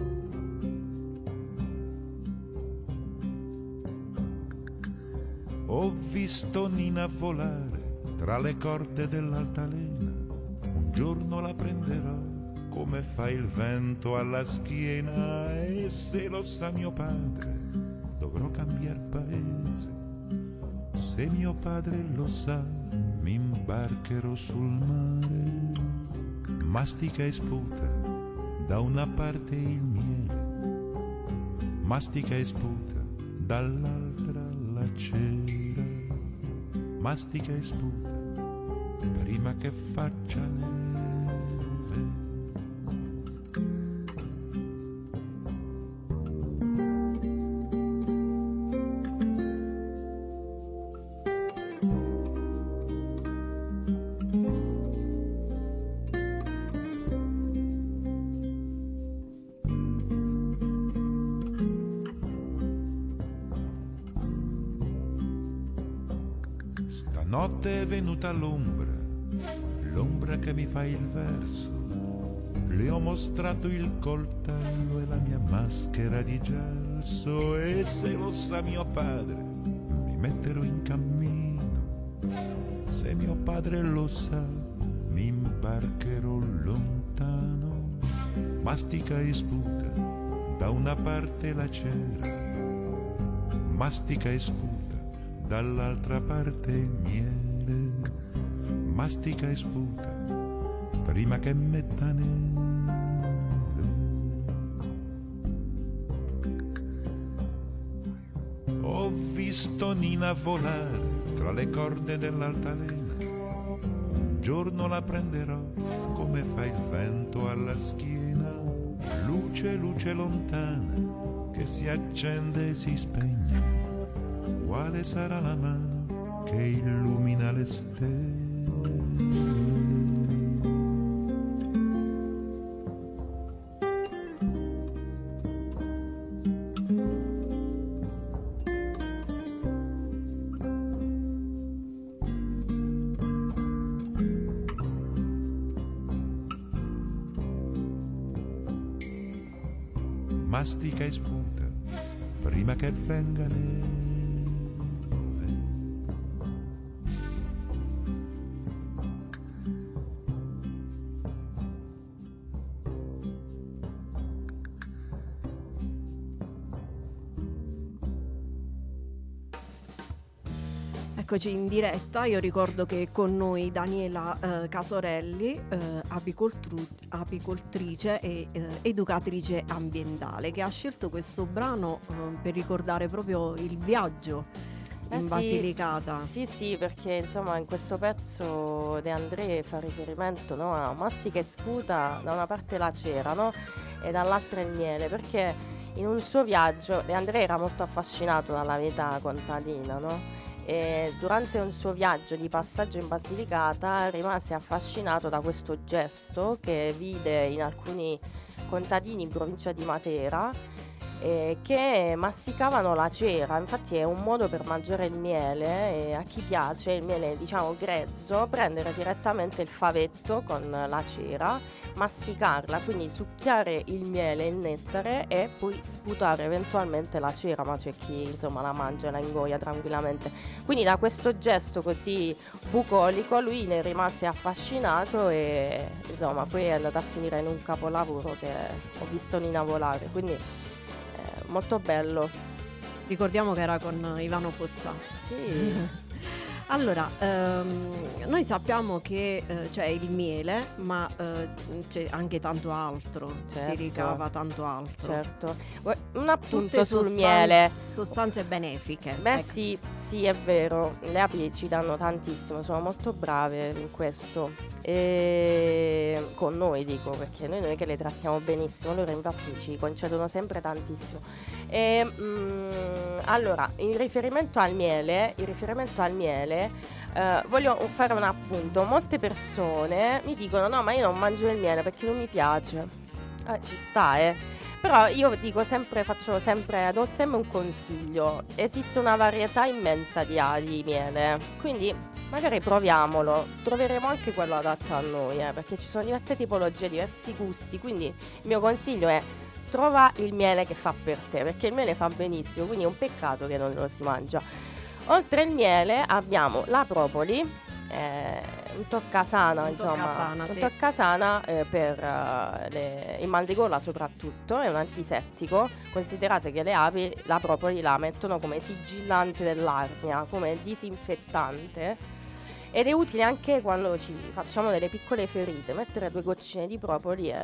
Ho visto Nina volare tra le corde dell'altalena, un giorno la prenderò come fa il vento alla schiena, e se lo sa mio padre dovrò cambiar paese, se mio padre lo sa mi imbarcherò sul mare. Mastica e sputa da una parte il miele, mastica e sputa dall'altra la cera, mastica e sputa prima che faccia neve. Stanotte è venuta l'ombra, l'ombra che mi fa il verso. Le ho mostrato il coltello e la mia maschera di gelso, e se lo sa mio padre mi metterò in cammino, se mio padre lo sa mi imbarcherò lontano. Mastica e sputa da una parte la cera, mastica e sputa dall'altra parte il miele, mastica e sputa prima che metta neve. Ho visto Nina volare tra le corde dell'altalena. Un giorno la prenderò come fa il vento alla schiena. Luce, luce lontana che si accende e si spegne. Quale sarà la mano che illumina le stelle? Mastica e sputa prima che venga neve. Eccoci in diretta. Io ricordo che con noi Daniela eh, Casorelli, eh, apicoltru- apicoltrice e eh, educatrice ambientale, che ha scelto questo brano eh, per ricordare proprio il viaggio in Eh sì, Basilicata. Sì, sì, perché insomma in questo pezzo De André fa riferimento, no, a mastica e sputa da una parte la cera, no, e dall'altra il miele, perché in un suo viaggio De André era molto affascinato dalla vita contadina, no? E durante un suo viaggio di passaggio in Basilicata rimase affascinato da questo gesto che vide in alcuni contadini in provincia di Matera, eh, che masticavano la cera. Infatti è un modo per mangiare il miele, e a chi piace il miele diciamo grezzo, prendere direttamente il favetto con la cera, masticarla, quindi succhiare il miele, il nettare, e poi sputare eventualmente la cera, ma c'è chi insomma la mangia e la ingoia tranquillamente. Quindi da questo gesto così bucolico lui ne rimase affascinato e insomma poi è andato a finire in un capolavoro che ho visto Nina volare, quindi eh, molto bello. Ricordiamo che era con Ivano Fossati. Sì. Allora, ehm, noi sappiamo che eh, c'è il miele, ma eh, c'è anche tanto altro, Certo. si ricava tanto altro. Certo. Vuoi- Un appunto Tutte sul sostan- miele. Sostanze benefiche. Beh ecco. sì, sì è vero, le api ci danno tantissimo, sono molto brave in questo, e con noi dico, perché noi non è che le trattiamo benissimo, loro infatti ci concedono sempre tantissimo. E, mm, allora, in riferimento al miele, in riferimento al miele eh, voglio fare un appunto. Molte persone mi dicono no, ma io non mangio il miele perché non mi piace. Eh, ci sta, eh. Però io dico sempre, faccio sempre, do sempre un consiglio. Esiste una varietà immensa di, a- di miele, quindi magari proviamolo. Troveremo anche quello adatto a noi, eh, perché ci sono diverse tipologie, diversi gusti. Quindi il mio consiglio è: trova il miele che fa per te, perché il miele fa benissimo, quindi è un peccato che non lo si mangia. Oltre il miele abbiamo la propoli, eh, un toccasana, Un insomma, toccasana, un sì. toccasana eh, per eh, le- il mal di gola soprattutto, è un antisettico. Considerate che le api la propoli la mettono come sigillante dell'arnia, come disinfettante, ed è utile anche quando ci facciamo delle piccole ferite. Mettere due goccine di propoli è,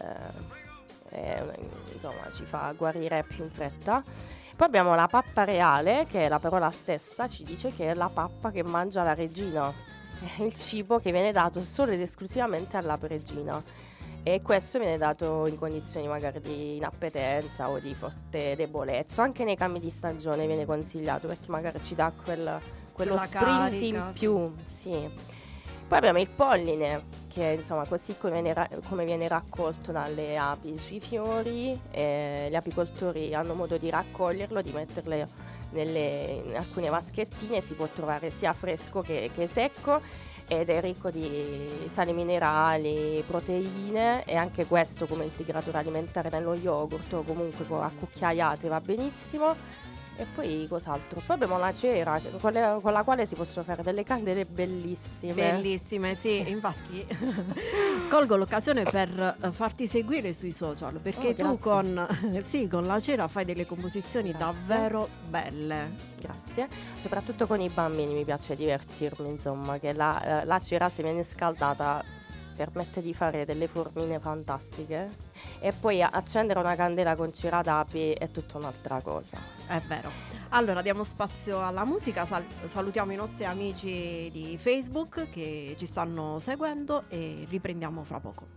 è, insomma, ci fa guarire più in fretta. Poi abbiamo la pappa reale, che è la parola stessa, ci dice che è la pappa che mangia la regina. È il cibo che viene dato solo ed esclusivamente alla regina. E questo viene dato in condizioni magari di inappetenza o di forte debolezza. Anche nei cambi di stagione viene consigliato, perché magari ci dà quel, quello Quella sprint carica, in sì. più. Sì. Poi abbiamo il polline, che insomma così come viene, ra- come viene raccolto dalle api sui fiori, eh, gli apicoltori hanno modo di raccoglierlo, di metterle nelle, in alcune vaschettine. Si può trovare sia fresco che, che secco, ed è ricco di sali minerali, proteine, e anche questo come integratore alimentare nello yogurt o comunque co- a cucchiaiate va benissimo. E poi cos'altro? Poi abbiamo la cera, che- con, le- con la quale si possono fare delle candele bellissime. Bellissime, sì, infatti colgo l'occasione per eh, farti seguire sui social, perché Oh, tu grazie. con, sì, con la cera fai delle composizioni Grazie. davvero belle. Grazie. Soprattutto con i bambini mi piace divertirmi, insomma, che la, la cera, se viene scaldata, permette di fare delle formine fantastiche, e poi accendere una candela con cera d'api è tutta un'altra cosa. È vero. Allora diamo spazio alla musica, sal- salutiamo i nostri amici di Facebook che ci stanno seguendo e riprendiamo fra poco.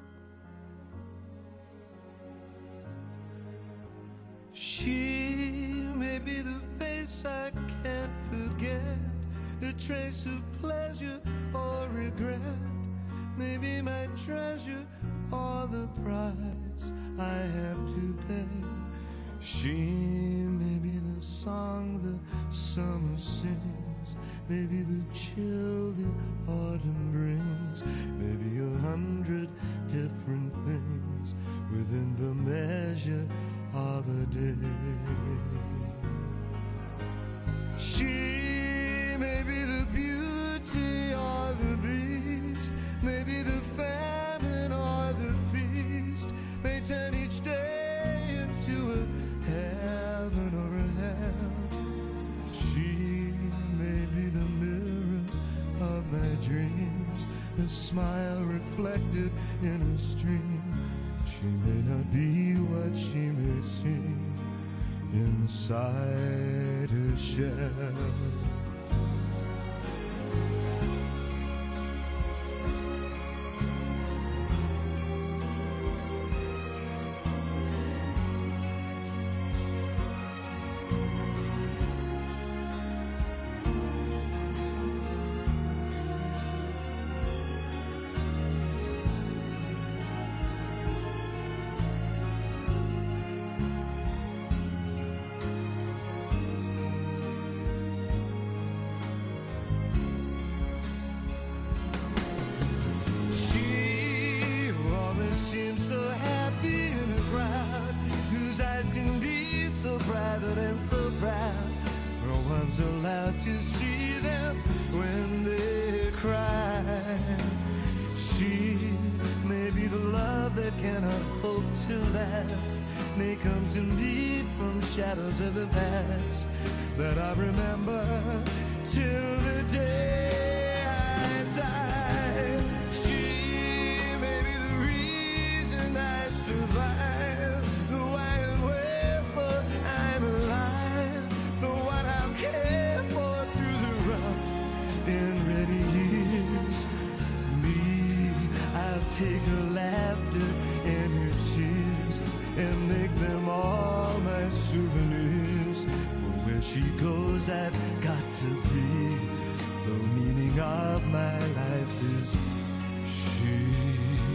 She may be the face I can't forget, a trace of pleasure or regret, maybe my treasure or the price I have to pay. She may be the song the summer sings, maybe the chill the autumn brings, maybe a hundred different things within the measure of a day. She may be the beauty or the beast, maybe the famine or the feast, may turn each day into a heaven or a hell. She may be the mirror of my dreams, a smile reflected in a stream. She may not be what she may seem inside her shell. Allowed to see them when they cry. She may be the love that cannot hope to last, may come to me from shadows of the past that I remember till the day I die. She may be the reason I survive, the why and wherefore I'm alive, the one I'll care for through the rough and ready years. Me, I'll take her laughter and her tears and make them all my souvenirs. For where she goes, I've got to be. The meaning of my life is she.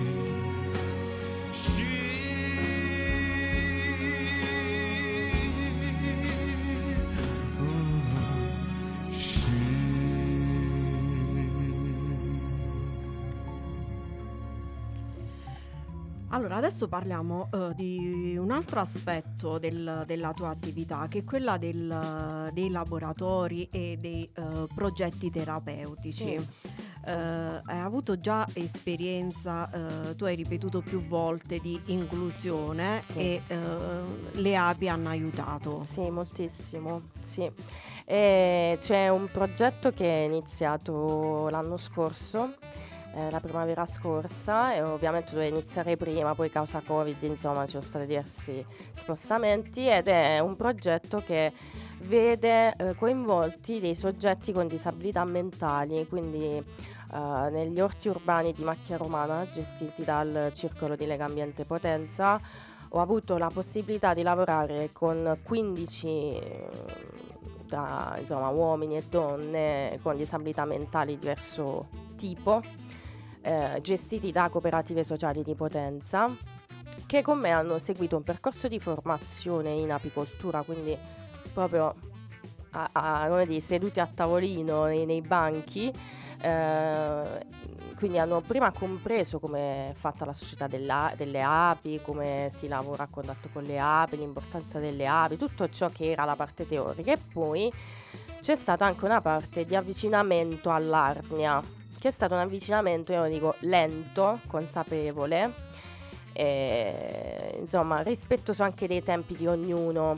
Allora, adesso parliamo uh, di un altro aspetto del, della tua attività, che è quella del, dei laboratori e dei uh, progetti terapeutici. Sì. Uh, hai avuto già esperienza, uh, tu hai ripetuto più volte, di inclusione, Sì. e uh, le api hanno aiutato. Sì, moltissimo, sì. E c'è un progetto che è iniziato l'anno scorso, eh, la primavera scorsa, e ovviamente doveva iniziare prima, poi causa Covid, insomma, ci sono stati diversi spostamenti, ed è un progetto che vede eh, coinvolti dei soggetti con disabilità mentali, quindi eh, negli orti urbani di Macchia Romana, gestiti dal Circolo di Lega Ambiente Potenza, ho avuto la possibilità di lavorare con quindici da, insomma, uomini e donne con disabilità mentali di diverso tipo, eh, gestiti da cooperative sociali di Potenza, che con me hanno seguito un percorso di formazione in apicoltura, quindi proprio a, a, come dire, seduti a tavolino nei, nei banchi. Eh, quindi hanno prima compreso come è fatta la società della, delle api, come si lavora a contatto con le api, l'importanza delle api, tutto ciò che era la parte teorica, e poi c'è stata anche una parte di avvicinamento all'arnia, che è stato un avvicinamento, io lo dico, lento, consapevole, e, insomma, rispettoso anche dei tempi di ognuno.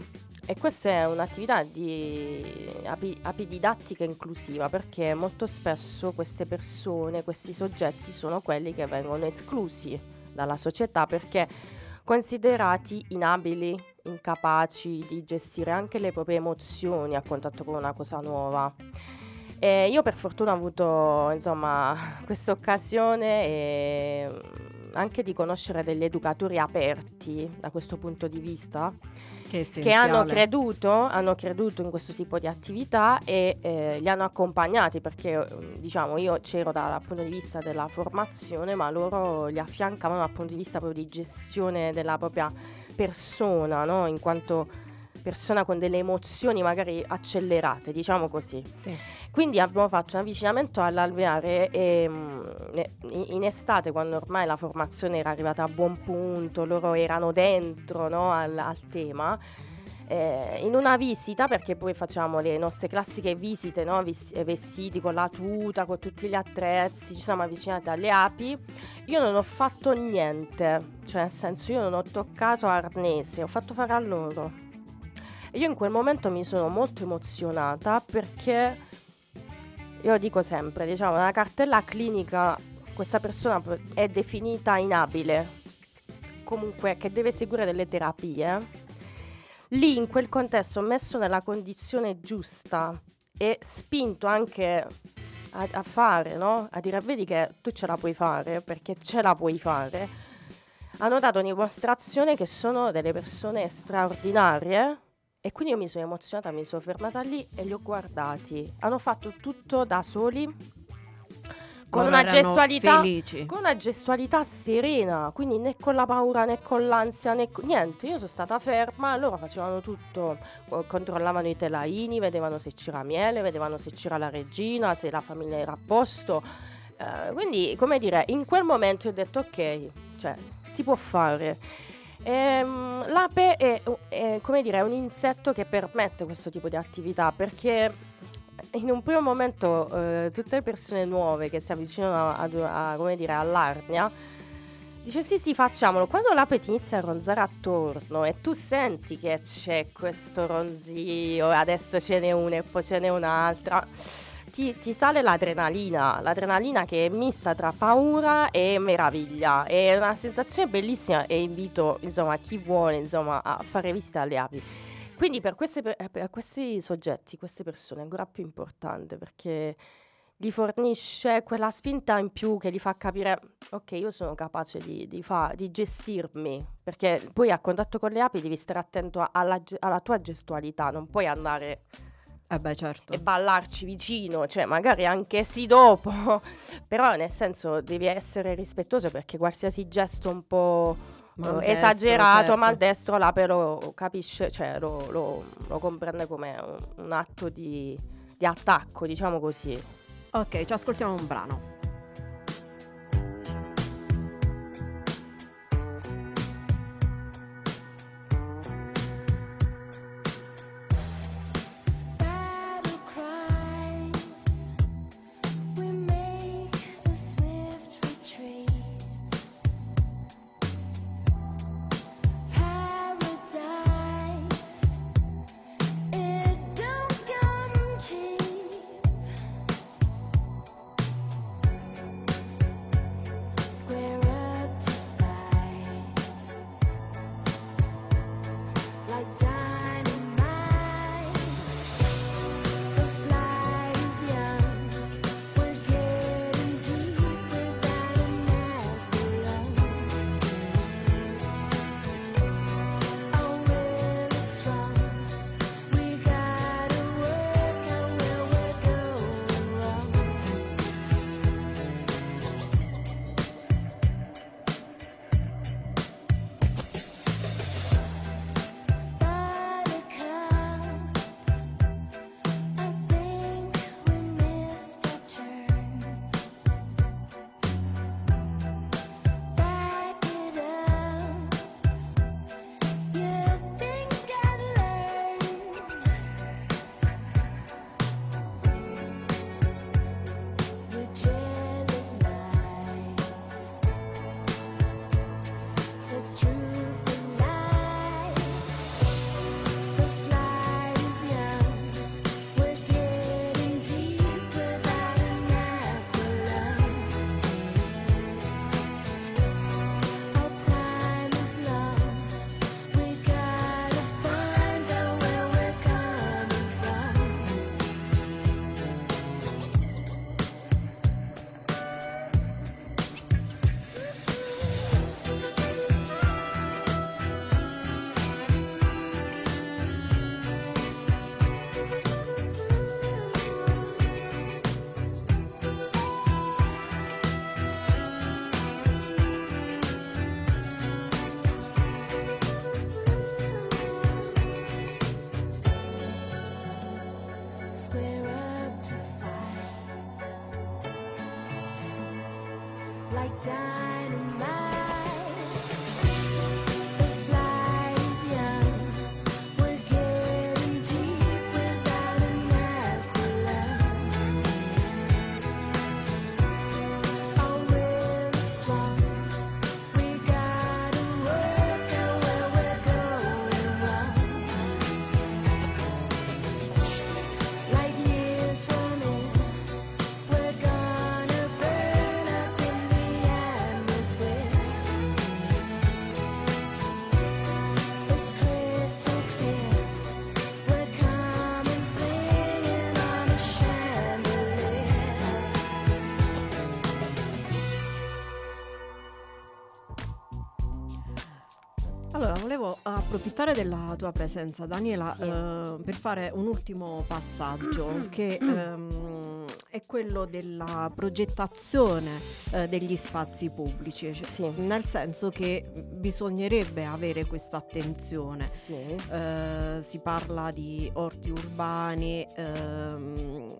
E questa è un'attività di api, apididattica inclusiva, perché molto spesso queste persone, questi soggetti sono quelli che vengono esclusi dalla società perché considerati inabili, incapaci di gestire anche le proprie emozioni a contatto con una cosa nuova. E io per fortuna ho avuto insomma questa occasione e anche di conoscere degli educatori aperti da questo punto di vista, che, che hanno creduto, hanno creduto in questo tipo di attività e eh, li hanno accompagnati, perché diciamo io c'ero dal punto di vista della formazione, ma loro li affiancavano dal punto di vista proprio di gestione della propria persona, no? In quanto persona con delle emozioni magari accelerate, diciamo così. Sì. Quindi abbiamo fatto un avvicinamento all'alveare e in estate, quando ormai la formazione era arrivata a buon punto, loro erano dentro, no, al, al tema, eh, in una visita, perché poi facciamo le nostre classiche visite, no, vestiti con la tuta, con tutti gli attrezzi, ci siamo avvicinati alle api. Io non ho fatto niente, cioè nel senso io non ho toccato arnese, ho fatto fare a loro. E io in quel momento mi sono molto emozionata, perché io dico sempre, diciamo, nella cartella clinica questa persona è definita inabile, comunque che deve seguire delle terapie. Lì in quel contesto, messo nella condizione giusta e spinto anche a, a fare, no? A dire vedi che tu ce la puoi fare, perché ce la puoi fare, hanno dato dimostrazione che sono delle persone straordinarie. E quindi io mi sono emozionata, mi sono fermata lì e li ho guardati. Hanno fatto tutto da soli, con una gestualità felici. Con una gestualità serena, quindi né con la paura né con l'ansia né con niente. Io sono stata ferma, loro facevano tutto, controllavano i telaini, vedevano se c'era miele, vedevano se c'era la regina, se la famiglia era a posto. Uh, quindi, come dire, in quel momento ho detto ok, cioè si può fare. Ehm, l'ape è, è, come dire, è un insetto che permette questo tipo di attività, perché in un primo momento eh, tutte le persone nuove che si avvicinano a, a, a, come dire, all'arnia dice sì sì facciamolo. Quando l'ape ti inizia a ronzare attorno e tu senti che c'è questo ronzio, adesso ce n'è una e poi ce n'è un'altra, Ti, ti sale l'adrenalina, l'adrenalina che è mista tra paura e meraviglia. È una sensazione bellissima e invito insomma chi vuole insomma a fare visita alle api. Quindi per, queste, per questi soggetti, queste persone è ancora più importante, perché gli fornisce quella spinta in più che gli fa capire ok, io sono capace di, di, fa, di gestirmi, perché poi a contatto con le api devi stare attento alla, alla tua gestualità, non puoi andare Eh beh, certo. e ballarci vicino, cioè magari anche sì dopo, però nel senso devi essere rispettoso, perché qualsiasi gesto un po' Maldestro, esagerato, certo. maldestro, là però capisce, cioè lo, lo, lo comprende come un, un atto di, di attacco, diciamo così. Ok, ci ascoltiamo un brano. It don't come cheap. Allora, volevo approfittare della tua presenza, Daniela, Sì. eh, per fare un ultimo passaggio che ehm, è quello della progettazione eh, degli spazi pubblici, cioè, Sì. nel senso che bisognerebbe avere questa attenzione. Sì. Eh, si parla di orti urbani, ehm,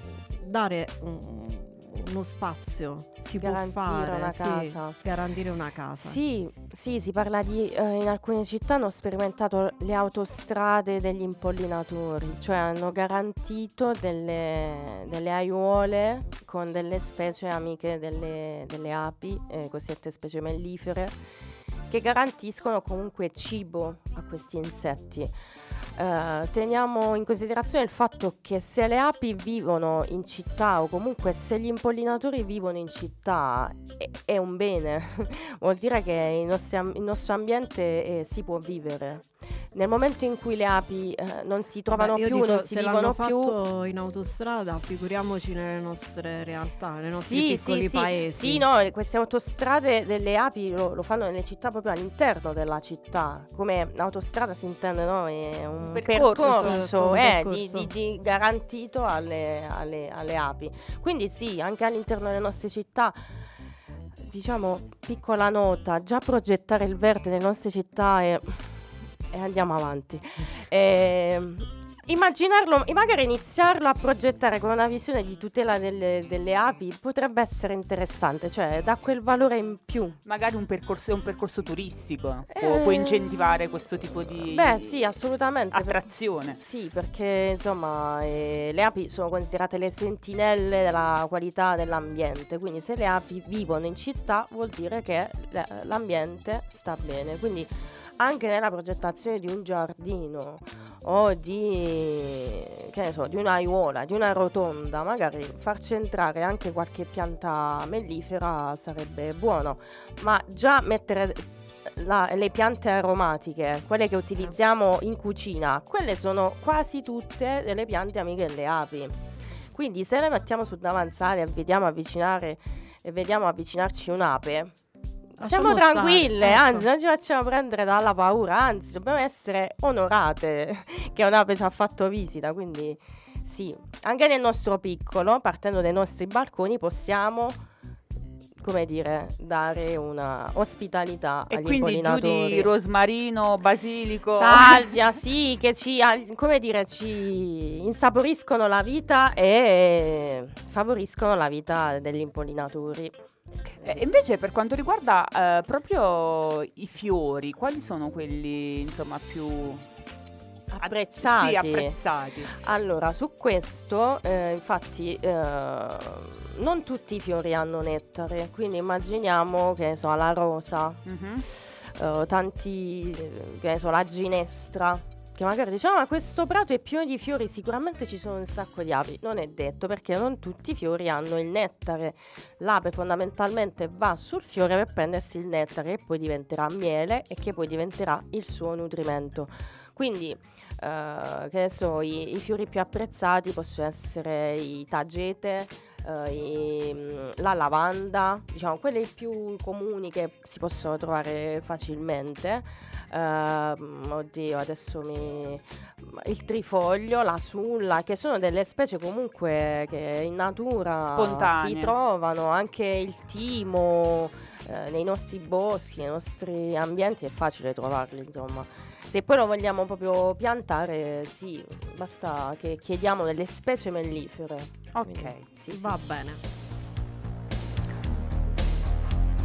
dare un- uno spazio, si Garantire può fare, una sì, casa. garantire una casa. Sì, sì, si parla di eh, in alcune città hanno sperimentato le autostrade degli impollinatori, cioè hanno garantito delle, delle aiuole con delle specie amiche delle, delle api, eh, cosiddette specie mellifere, che garantiscono comunque cibo a questi insetti. Eh, teniamo in considerazione il fatto che se le api vivono in città o comunque se gli impollinatori vivono in città è, è un bene, vuol dire che il nostro, am- il nostro ambiente eh, si può vivere. Nel momento in cui le api eh, non si trovano Beh, io più, dico, non si se vivono l'hanno più. fatto in autostrada, figuriamoci nelle nostre realtà, nei nostri Sì, piccoli sì, sì, paesi. sì, no, queste autostrade delle api lo, lo fanno nelle città proprio all'interno della città. Come autostrada si intende, no? È un percorso, percorso, un eh, percorso. Di, di- di garantito alle, alle- alle api. Quindi sì, anche all'interno delle nostre città, diciamo, piccola nota, già progettare il verde nelle nostre città è... e andiamo avanti. Ehm, immaginarlo, e magari iniziarlo a progettare con una visione di tutela delle, delle api potrebbe essere interessante, cioè dà quel valore in più. Magari un percorso, un percorso turistico Eh, può, può incentivare questo tipo di Beh, sì, assolutamente. per- attrazione. Sì, perché insomma eh, le api sono considerate le sentinelle della qualità dell'ambiente, quindi se le api vivono in città vuol dire che le- l'ambiente sta bene, quindi anche nella progettazione di un giardino o di, che ne so, di un'aiuola, di una rotonda, magari farci entrare anche qualche pianta mellifera sarebbe buono, ma già mettere la- le piante aromatiche, quelle che utilizziamo in cucina, quelle sono quasi tutte delle piante amiche delle api. Quindi se le mettiamo sul davanzale e vediamo avvicinare e vediamo avvicinarci un'ape, siamo Lasciamo stare, tranquille, ecco. anzi non ci facciamo prendere dalla paura, anzi dobbiamo essere onorate che un'ape ci ha fatto visita, quindi sì, anche nel nostro piccolo, partendo dai nostri balconi, possiamo, come dire, dare una ospitalità E agli quindi giù impollinatori. di rosmarino, basilico. Salvia, sì, che ci, al- come dire, ci insaporiscono la vita e favoriscono la vita degli impollinatori. E invece per quanto riguarda eh, proprio i fiori, quali sono quelli insomma più Apprezzati. Sì, apprezzati. Allora, su questo, eh, infatti, eh, non tutti i fiori hanno nettare, quindi immaginiamo, che ne so, la rosa, Mhm. eh, tanti, eh, che ne so, la ginestra, che magari diciamo, ma questo prato è pieno di fiori, sicuramente ci sono un sacco di api. Non è detto, perché non tutti i fiori hanno il nettare. L'ape fondamentalmente va sul fiore per prendersi il nettare, che poi diventerà miele e che poi diventerà il suo nutrimento. Quindi, eh, che ne so, i, i fiori più apprezzati possono essere i tagete, eh, i- mm, la lavanda, diciamo quelli più comuni che si possono trovare facilmente. Ehm, oddio, adesso mi... il trifoglio, la sulla, che sono delle specie comunque che in natura Spontanee. si trovano, anche il timo, eh, nei nostri boschi, nei nostri ambienti è facile trovarli, insomma. Se poi lo vogliamo proprio piantare, sì, basta che chiediamo delle specie mellifere. Ok. Quindi, sì, sì. Va bene.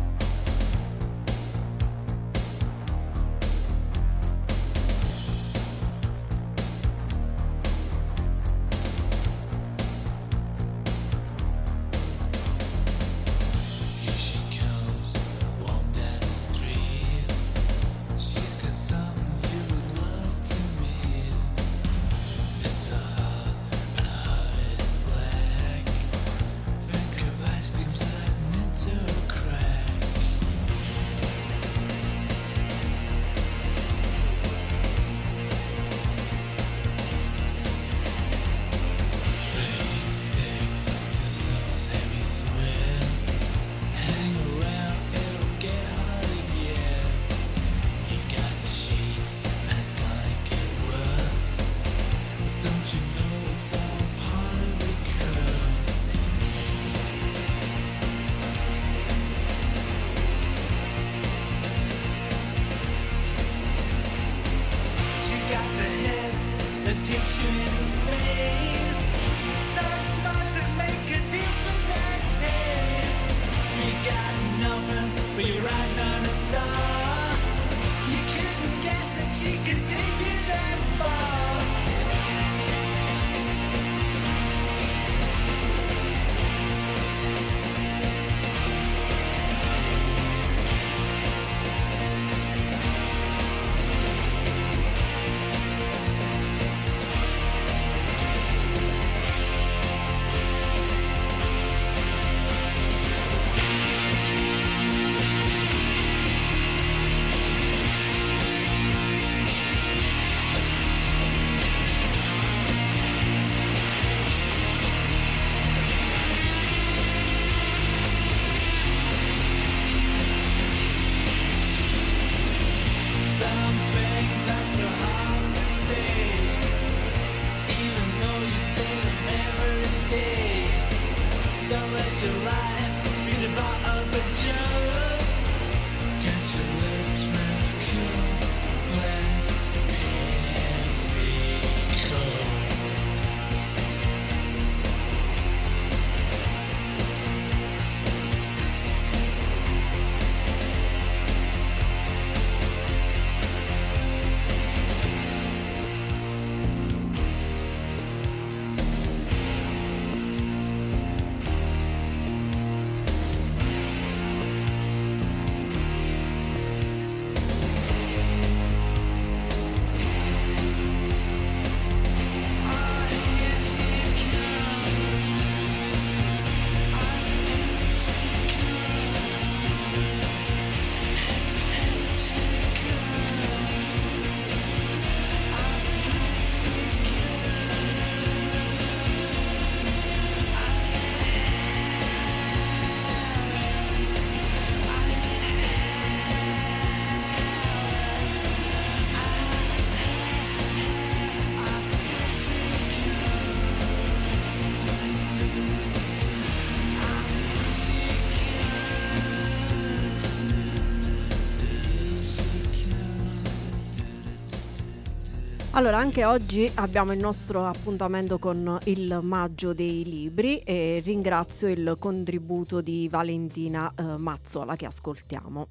Allora, anche oggi abbiamo il nostro appuntamento con il Maggio dei Libri e ringrazio il contributo di Valentina eh, Mazzola che ascoltiamo.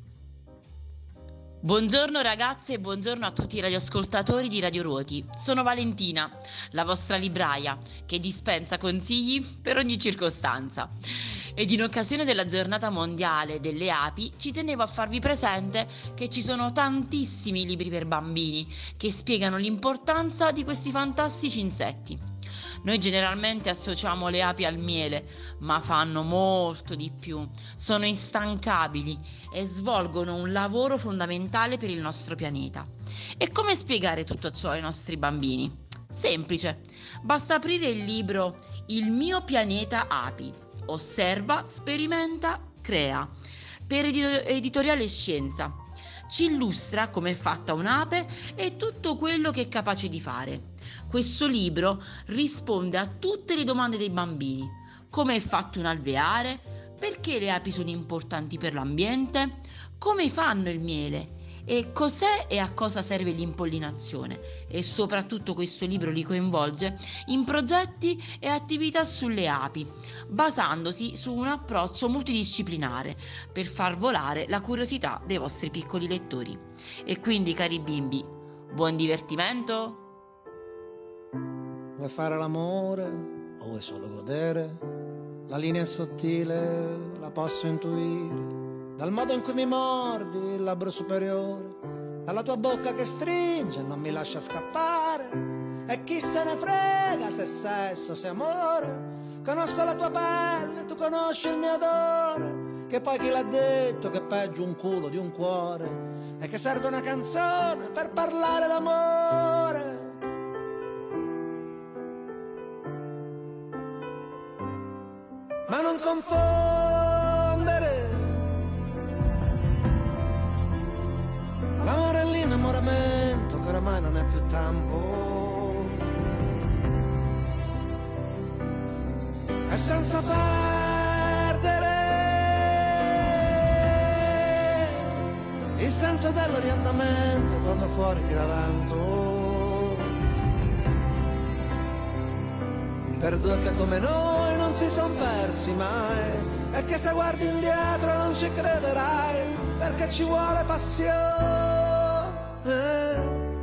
Buongiorno ragazze e buongiorno a tutti i radioascoltatori di Radio Ruoti. Sono Valentina, la vostra libraia, che dispensa consigli per ogni circostanza. Ed in occasione della giornata mondiale delle api ci tenevo a farvi presente che ci sono tantissimi libri per bambini che spiegano l'importanza di questi fantastici insetti. Noi generalmente associamo le api al miele, ma fanno molto di più. Sono instancabili e svolgono un lavoro fondamentale per il nostro pianeta. E come spiegare tutto ciò ai nostri bambini? Semplice, basta aprire il libro Il mio pianeta api. Osserva, sperimenta, crea. Per edito- editoriale Scienza. Ci illustra come è fatta un'ape e tutto quello che è capace di fare. Questo libro risponde a tutte le domande dei bambini. Come è fatto un alveare? Perché le api sono importanti per l'ambiente? Come fanno il miele? E cos'è e a cosa serve l'impollinazione? E soprattutto questo libro li coinvolge in progetti e attività sulle api, basandosi su un approccio multidisciplinare per far volare la curiosità dei vostri piccoli lettori. E quindi, cari bimbi, buon divertimento! Vuoi fare l'amore o vuoi solo godere? La linea è sottile, la posso intuire. Dal modo in cui mi mordi il labbro superiore, dalla tua bocca che stringe e non mi lascia scappare. E chi se ne frega se è sesso, se è amore. Conosco la tua pelle, tu conosci il mio odore. Che poi chi l'ha detto che è peggio un culo di un cuore? E che serve una canzone per parlare d'amore. Ma non confondere l'amore e l'innamoramento, che oramai non è più tempo. E senza perdere il senso dell'orientamento quando fuori tira vento. Per due che come noi non si son persi mai, e che se guardi indietro non ci crederai, perché ci vuole passione.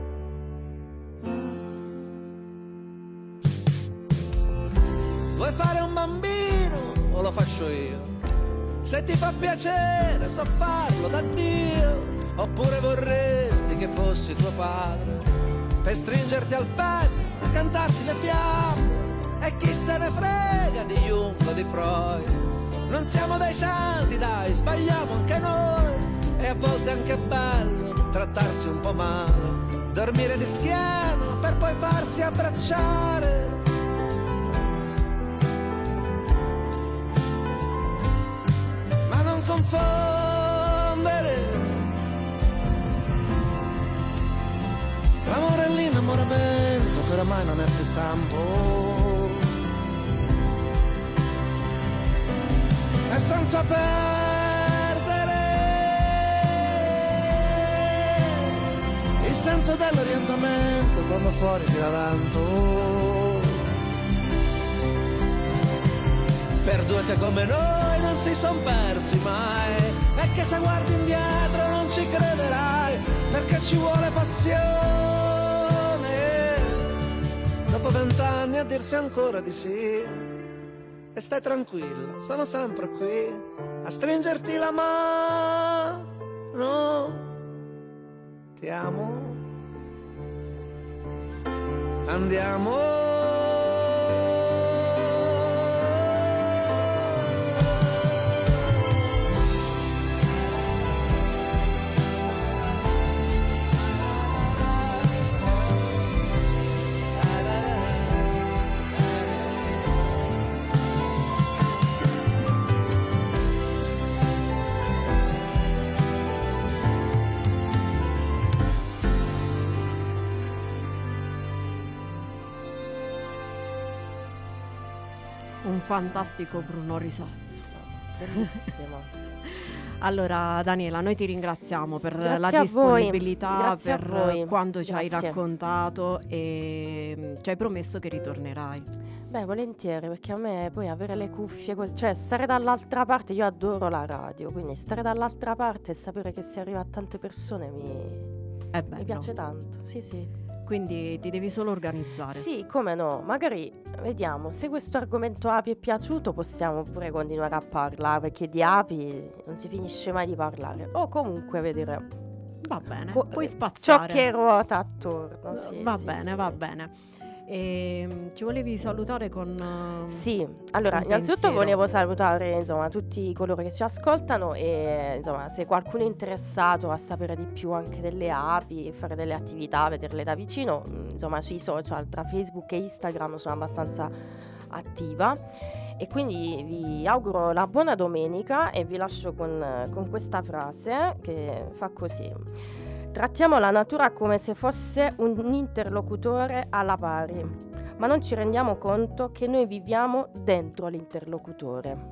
Vuoi fare un bambino o lo faccio io? Se ti fa piacere so farlo da Dio. Oppure vorresti che fossi tuo padre, per stringerti al petto e cantarti le fiamme. E chi se ne frega di Jung o di Freud? Non siamo dei santi, dai, sbagliamo anche noi. E a volte è anche bello trattarsi un po' male, dormire di schiena per poi farsi abbracciare. Ma non confondere l'amore e l'innamoramento, che oramai non è più tempo. E senza perdere il senso dell'orientamento quando fuori tira vento. Per due che come noi non si son persi mai, e che se guardi indietro non ci crederai, perché ci vuole passione. Dopo vent'anni a dirsi ancora di sì. E stai tranquilla, sono sempre qui a stringerti la mano. Ti amo. Andiamo. Un fantastico Bruno Risas. Bellissimo. Allora Daniela, noi ti ringraziamo per Grazie la a voi. disponibilità, Grazie a per voi. quanto ci hai Grazie. raccontato e mm, ci hai promesso che ritornerai. Beh, volentieri, perché a me poi avere le cuffie, que- cioè stare dall'altra parte, io adoro la radio, quindi stare dall'altra parte e sapere che si arriva a tante persone mi, È bello. mi piace tanto. Sì, sì. Quindi ti devi solo organizzare. Sì, come no, magari vediamo, se questo argomento api è piaciuto possiamo pure continuare a parlare, perché di api non si finisce mai di parlare, o comunque vedere Va bene, co- puoi ciò spaziare. che ruota attorno. Sì, Va sì, bene, sì. va bene. E, ci volevi salutare con... eh, Sì, allora un innanzitutto pensiero. volevo salutare insomma tutti coloro che ci ascoltano e insomma se qualcuno è interessato a sapere di più anche delle api, fare delle attività, vederle da vicino, mh, insomma sui social tra Facebook e Instagram sono abbastanza attiva e quindi vi auguro una buona domenica e vi lascio con, con questa frase che fa così: trattiamo la natura come se fosse un interlocutore alla pari, ma non ci rendiamo conto che noi viviamo dentro l'interlocutore.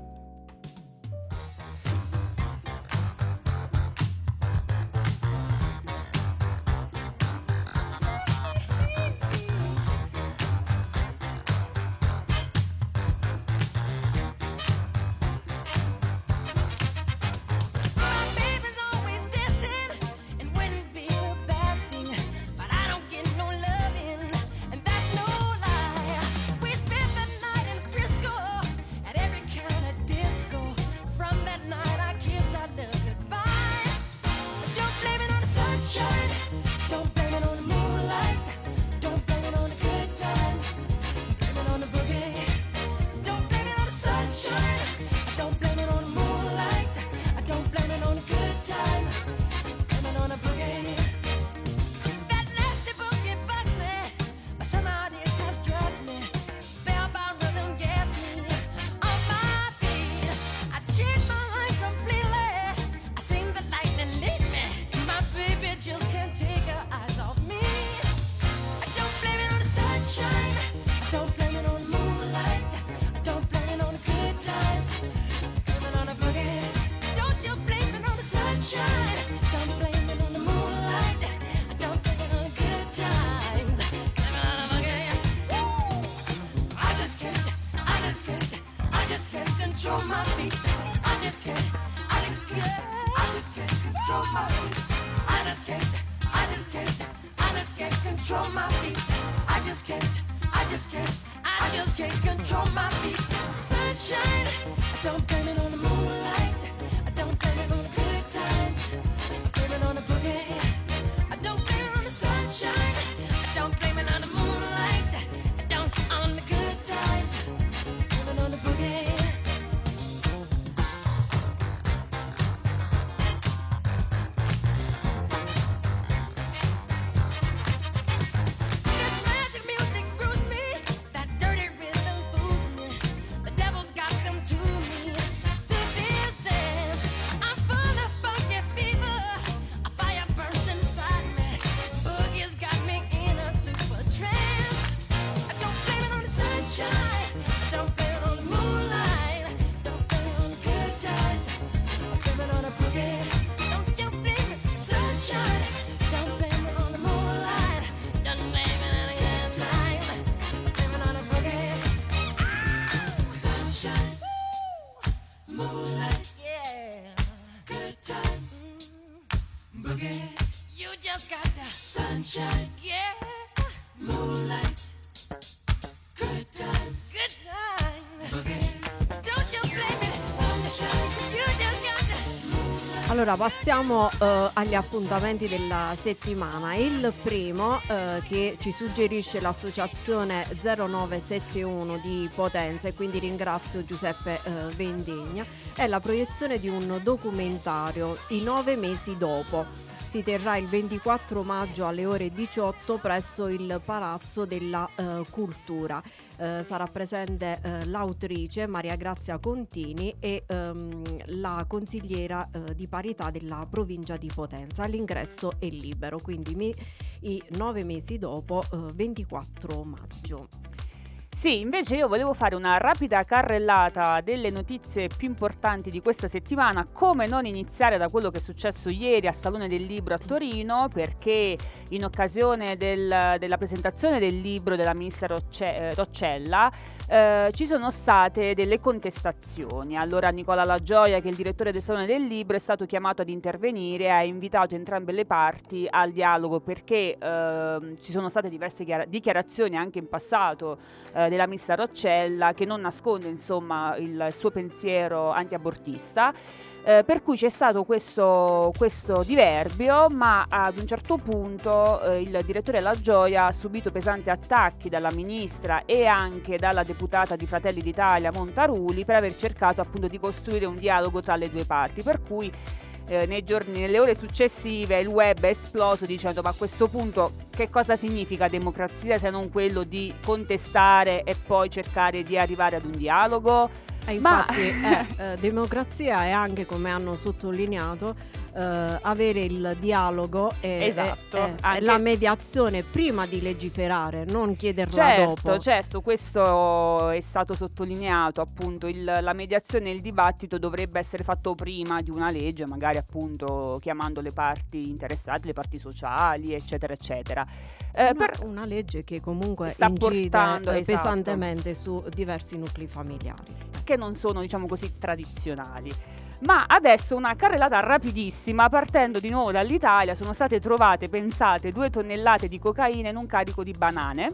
Allora passiamo eh, agli appuntamenti della settimana. Il primo eh, che ci suggerisce l'associazione zero nove sette uno di Potenza, e quindi ringrazio Giuseppe eh, Vendegna, è la proiezione di un documentario, I nove mesi dopo. Si terrà il ventiquattro maggio alle ore diciotto presso il Palazzo della eh, Cultura. Eh, sarà presente eh, l'autrice Maria Grazia Contini e ehm, la consigliera eh, di parità della provincia di Potenza. L'ingresso è libero, quindi mi, i nove mesi dopo, eh, ventiquattro maggio. Sì, invece io volevo fare una rapida carrellata delle notizie più importanti di questa settimana. Come non iniziare da quello che è successo ieri al Salone del Libro a Torino, perché in occasione del, della presentazione del libro della ministra Rocce, eh, Roccella eh, ci sono state delle contestazioni. Allora Nicola La Gioia, che è il direttore del Salone del Libro, è stato chiamato ad intervenire e ha invitato entrambe le parti al dialogo, perché eh, ci sono state diverse chiara- dichiarazioni anche in passato eh, della ministra Roccella, che non nasconde insomma il suo pensiero antiabortista, eh, per cui c'è stato questo, questo diverbio, ma ad un certo punto eh, il direttore La Gioia ha subito pesanti attacchi dalla ministra e anche dalla deputata di Fratelli d'Italia Montaruli per aver cercato appunto di costruire un dialogo tra le due parti, per cui Eh, nei giorni, nelle ore successive il web è esploso dicendo: ma a questo punto che cosa significa democrazia se non quello di contestare e poi cercare di arrivare ad un dialogo? Eh, infatti ma... eh, eh, democrazia è anche, come hanno sottolineato, Uh, avere il dialogo e, esatto, e, e la mediazione prima di legiferare, non chiederla certo, dopo. Certo, questo è stato sottolineato, appunto il, la mediazione e il dibattito dovrebbe essere fatto prima di una legge, magari appunto chiamando le parti interessate, le parti sociali, eccetera eccetera. Eh, una, per, una legge che comunque sta incide portando, eh, esatto, pesantemente su diversi nuclei familiari che non sono, diciamo così, tradizionali. Ma adesso una carrellata rapidissima, partendo di nuovo dall'Italia. Sono state trovate, pensate, due tonnellate di cocaina in un carico di banane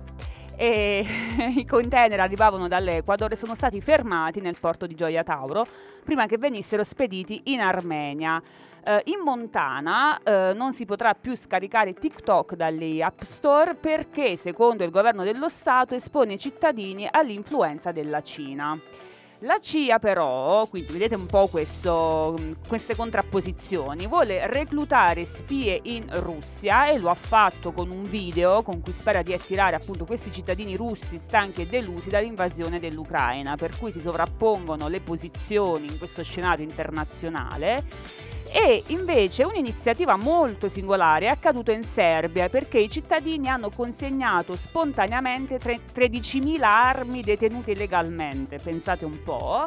e i container arrivavano dall'Ecuador e sono stati fermati nel porto di Gioia Tauro prima che venissero spediti in Armenia. Uh, in Montana uh, non si potrà più scaricare TikTok dalle App Store perché, secondo il governo dello Stato, espone i cittadini all'influenza della Cina. La C I A però, quindi vedete un po' questo, queste contrapposizioni, vuole reclutare spie in Russia e lo ha fatto con un video con cui spera di attirare appunto questi cittadini russi stanchi e delusi dall'invasione dell'Ucraina, per cui si sovrappongono le posizioni in questo scenario internazionale. E invece un'iniziativa molto singolare è accaduta in Serbia, perché i cittadini hanno consegnato spontaneamente tre- tredicimila armi detenute illegalmente, pensate un po',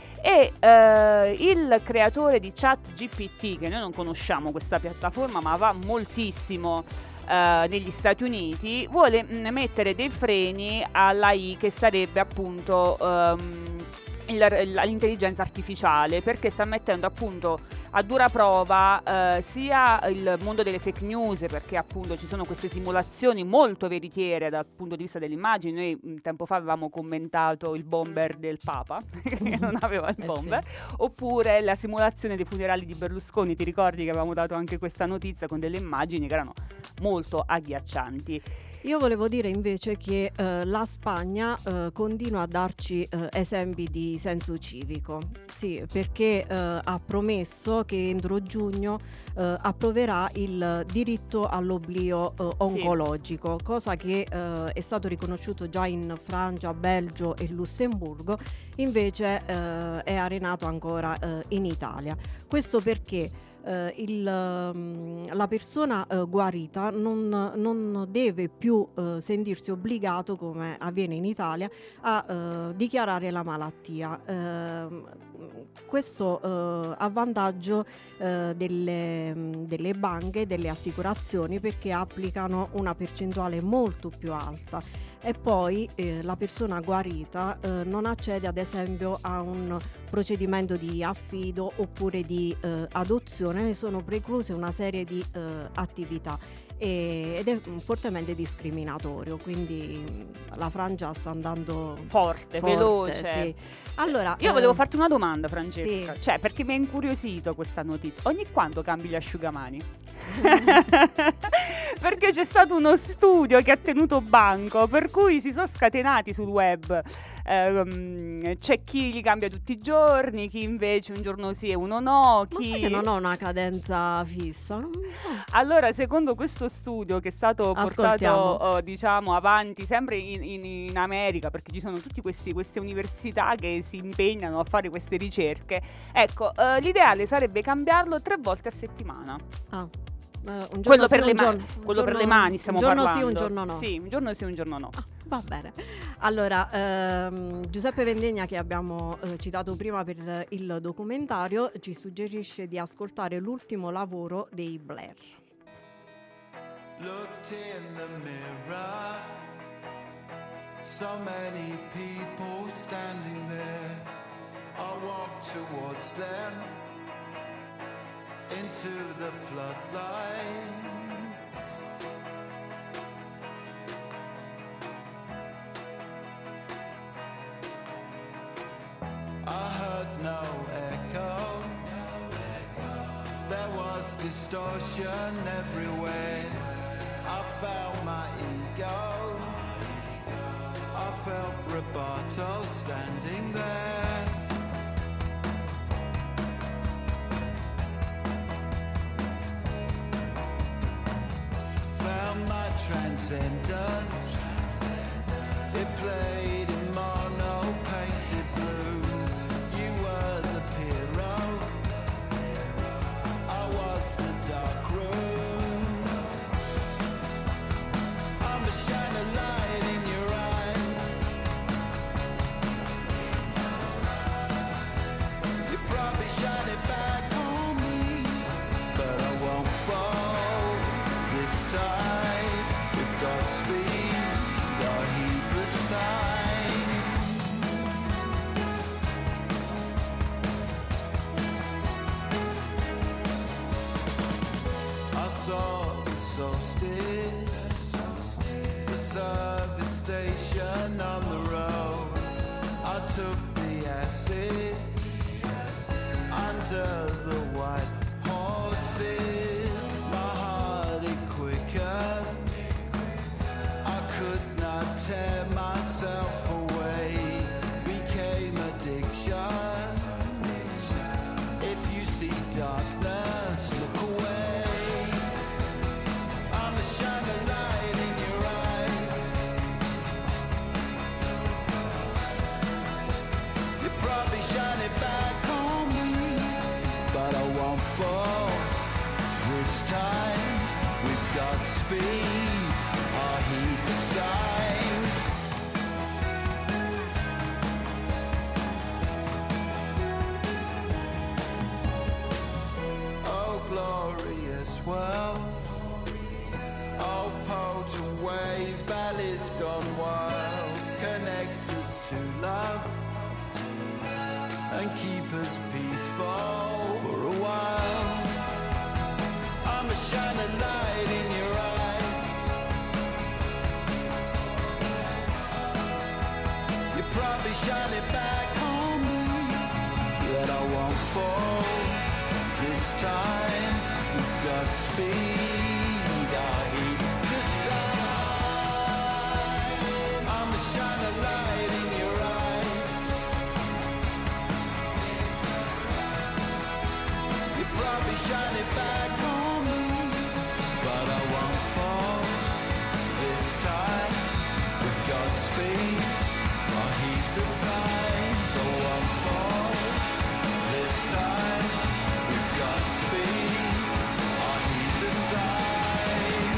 e eh, il creatore di ChatGPT, che noi non conosciamo questa piattaforma ma va moltissimo eh, negli Stati Uniti, vuole mh, mettere dei freni alla I, che sarebbe appunto um, il, l'intelligenza artificiale, perché sta mettendo appunto a dura prova eh, sia il mondo delle fake news, perché appunto ci sono queste simulazioni molto veritiere dal punto di vista delle immagini. Noi un tempo fa avevamo commentato il bomber del Papa che non aveva il bomber, eh sì. Oppure la simulazione dei funerali di Berlusconi, ti ricordi che avevamo dato anche questa notizia con delle immagini che erano molto agghiaccianti. Io volevo dire invece che eh, la Spagna eh, continua a darci eh, esempi di senso civico, sì, perché eh, ha promesso che entro giugno eh, approverà il diritto all'oblio eh, oncologico, sì. Cosa che eh, è stato riconosciuto già in Francia, Belgio e Lussemburgo, invece eh, è arenato ancora eh, in Italia. Questo perché Uh, il, um, la persona uh, guarita non, non deve più uh, sentirsi obbligato, come avviene in Italia, a uh, dichiarare la malattia. Uh, questo uh, a vantaggio uh, delle, um, delle banche, delle assicurazioni, perché applicano una percentuale molto più alta. E poi eh, la persona guarita eh, non accede ad esempio a un procedimento di affido oppure di eh, adozione, ne sono precluse una serie di eh, attività e, ed è fortemente discriminatorio, quindi la Francia sta andando forte, forte veloce. Sì. Allora, io eh, volevo farti una domanda, Francesca, sì. Cioè, perché mi ha incuriosito questa notizia. Ogni quanto cambi gli asciugamani? Perché c'è stato uno studio che ha tenuto banco, per cui si sono scatenati sul web. Eh, c'è chi li cambia tutti i giorni, chi invece un giorno sì e uno no. Chi... Ma sai che non ho una cadenza fissa? No. Allora, secondo questo studio che è stato portato oh, diciamo avanti sempre in, in, in America, perché ci sono tutte queste università che si impegnano a fare queste ricerche, ecco, eh, l'ideale sarebbe cambiarlo tre volte a settimana. Ah. Uh, un giorno quello sì, per, un le, giorno, ma- un quello per giorno- le mani stiamo un giorno parlando. sì, un giorno no. Sì, un giorno sì, un giorno no. Ah, va bene. Allora, ehm, Giuseppe Vendegna, che abbiamo eh, citato prima per il documentario, ci suggerisce di ascoltare l'ultimo lavoro dei Blair. Looked in the mirror, so many people standing there. I walked towards them, into the floodlights. I heard no echo, there was distortion everywhere. I felt my ego, I felt Roberto standing there. Found my transcendence, it played in mono painted blue. You were the hero, I was the dark room. I'm a shining light in your eye. You probably shine it back on me, but I won't fall this time. With God's speed, I heed the sign. I saw the solstice, the service station on the road. I took the acid under the white horses. My heart it quicker, I could not tear myself away. Became addiction. If you see darkness, look away. I'm a shining light in your eyes. You probably shine it back on me, but I won't fall this time. With God's speed, I heed the signs. Oh, glorious world. Oh, potent wave, valleys gone wild. Connect us to love and keep us peaceful for a while. I'm a shining light in your eye. You probably shine it back on me, but I won't fall this time. With God's speed, I heed the sign. I'm a shining light in your eye. You probably shine it back on me, but I won't fall this time. With God's speed, I heed the signs. I won't fall this time. With God's speed, I heed the signs.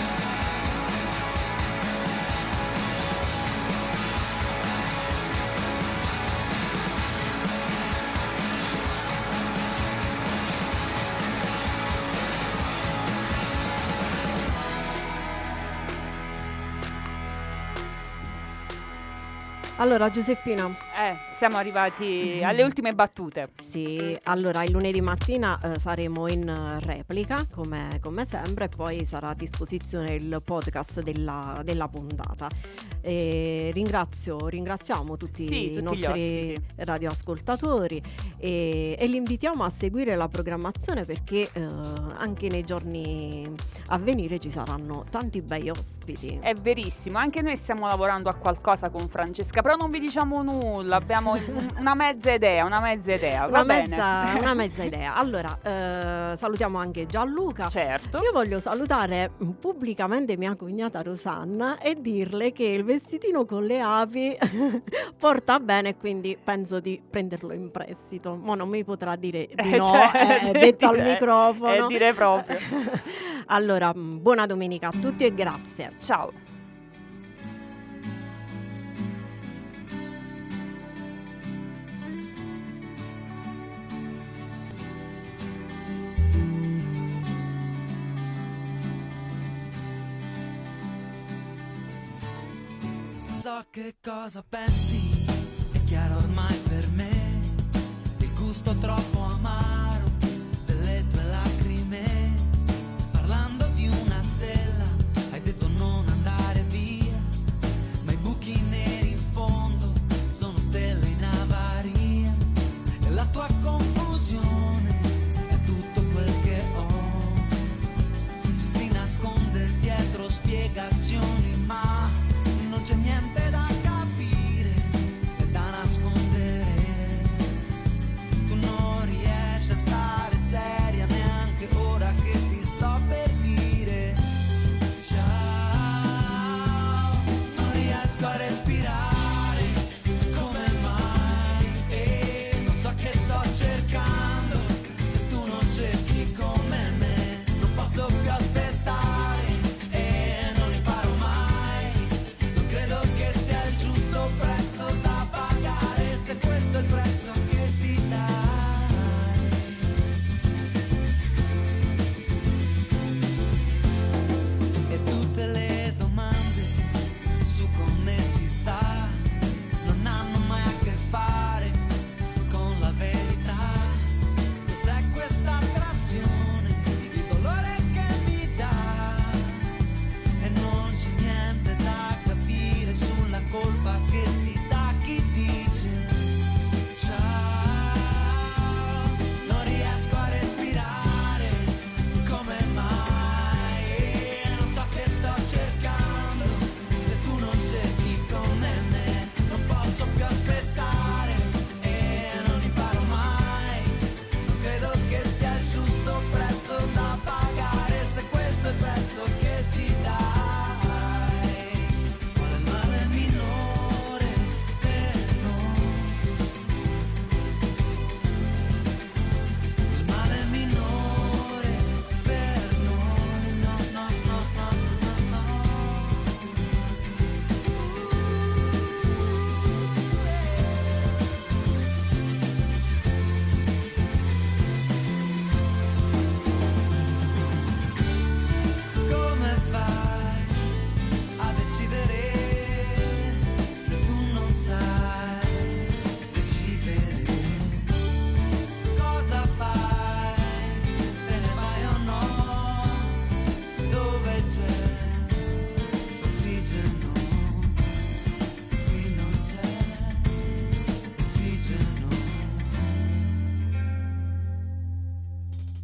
Allora, Giuseppina. Eh, siamo arrivati alle ultime battute. Sì, allora il lunedì mattina eh, saremo in eh, replica come, come sempre, e poi sarà a disposizione il podcast della, della puntata. E ringrazio, ringraziamo tutti, Sì, i tutti gli nostri ospiti. radioascoltatori e, e li invitiamo a seguire la programmazione, perché eh, anche nei giorni a venire ci saranno tanti bei ospiti. È verissimo, anche noi stiamo lavorando a qualcosa con Francesca, però non vi diciamo nulla, abbiamo diciamo una mezza idea, una mezza idea, va una, bene. mezza, una mezza idea. Allora, eh, salutiamo anche Gianluca. Certo. Io voglio salutare pubblicamente mia cognata Rosanna e dirle che il vestitino con le api porta bene, quindi penso di prenderlo in prestito. Mo non mi potrà dire di no, cioè, eh, detto dire, al microfono. Eh, dire proprio. Allora, buona domenica a tutti e grazie. Ciao. So che cosa pensi, è chiaro ormai per me, il gusto troppo amaro delle tue lacrime.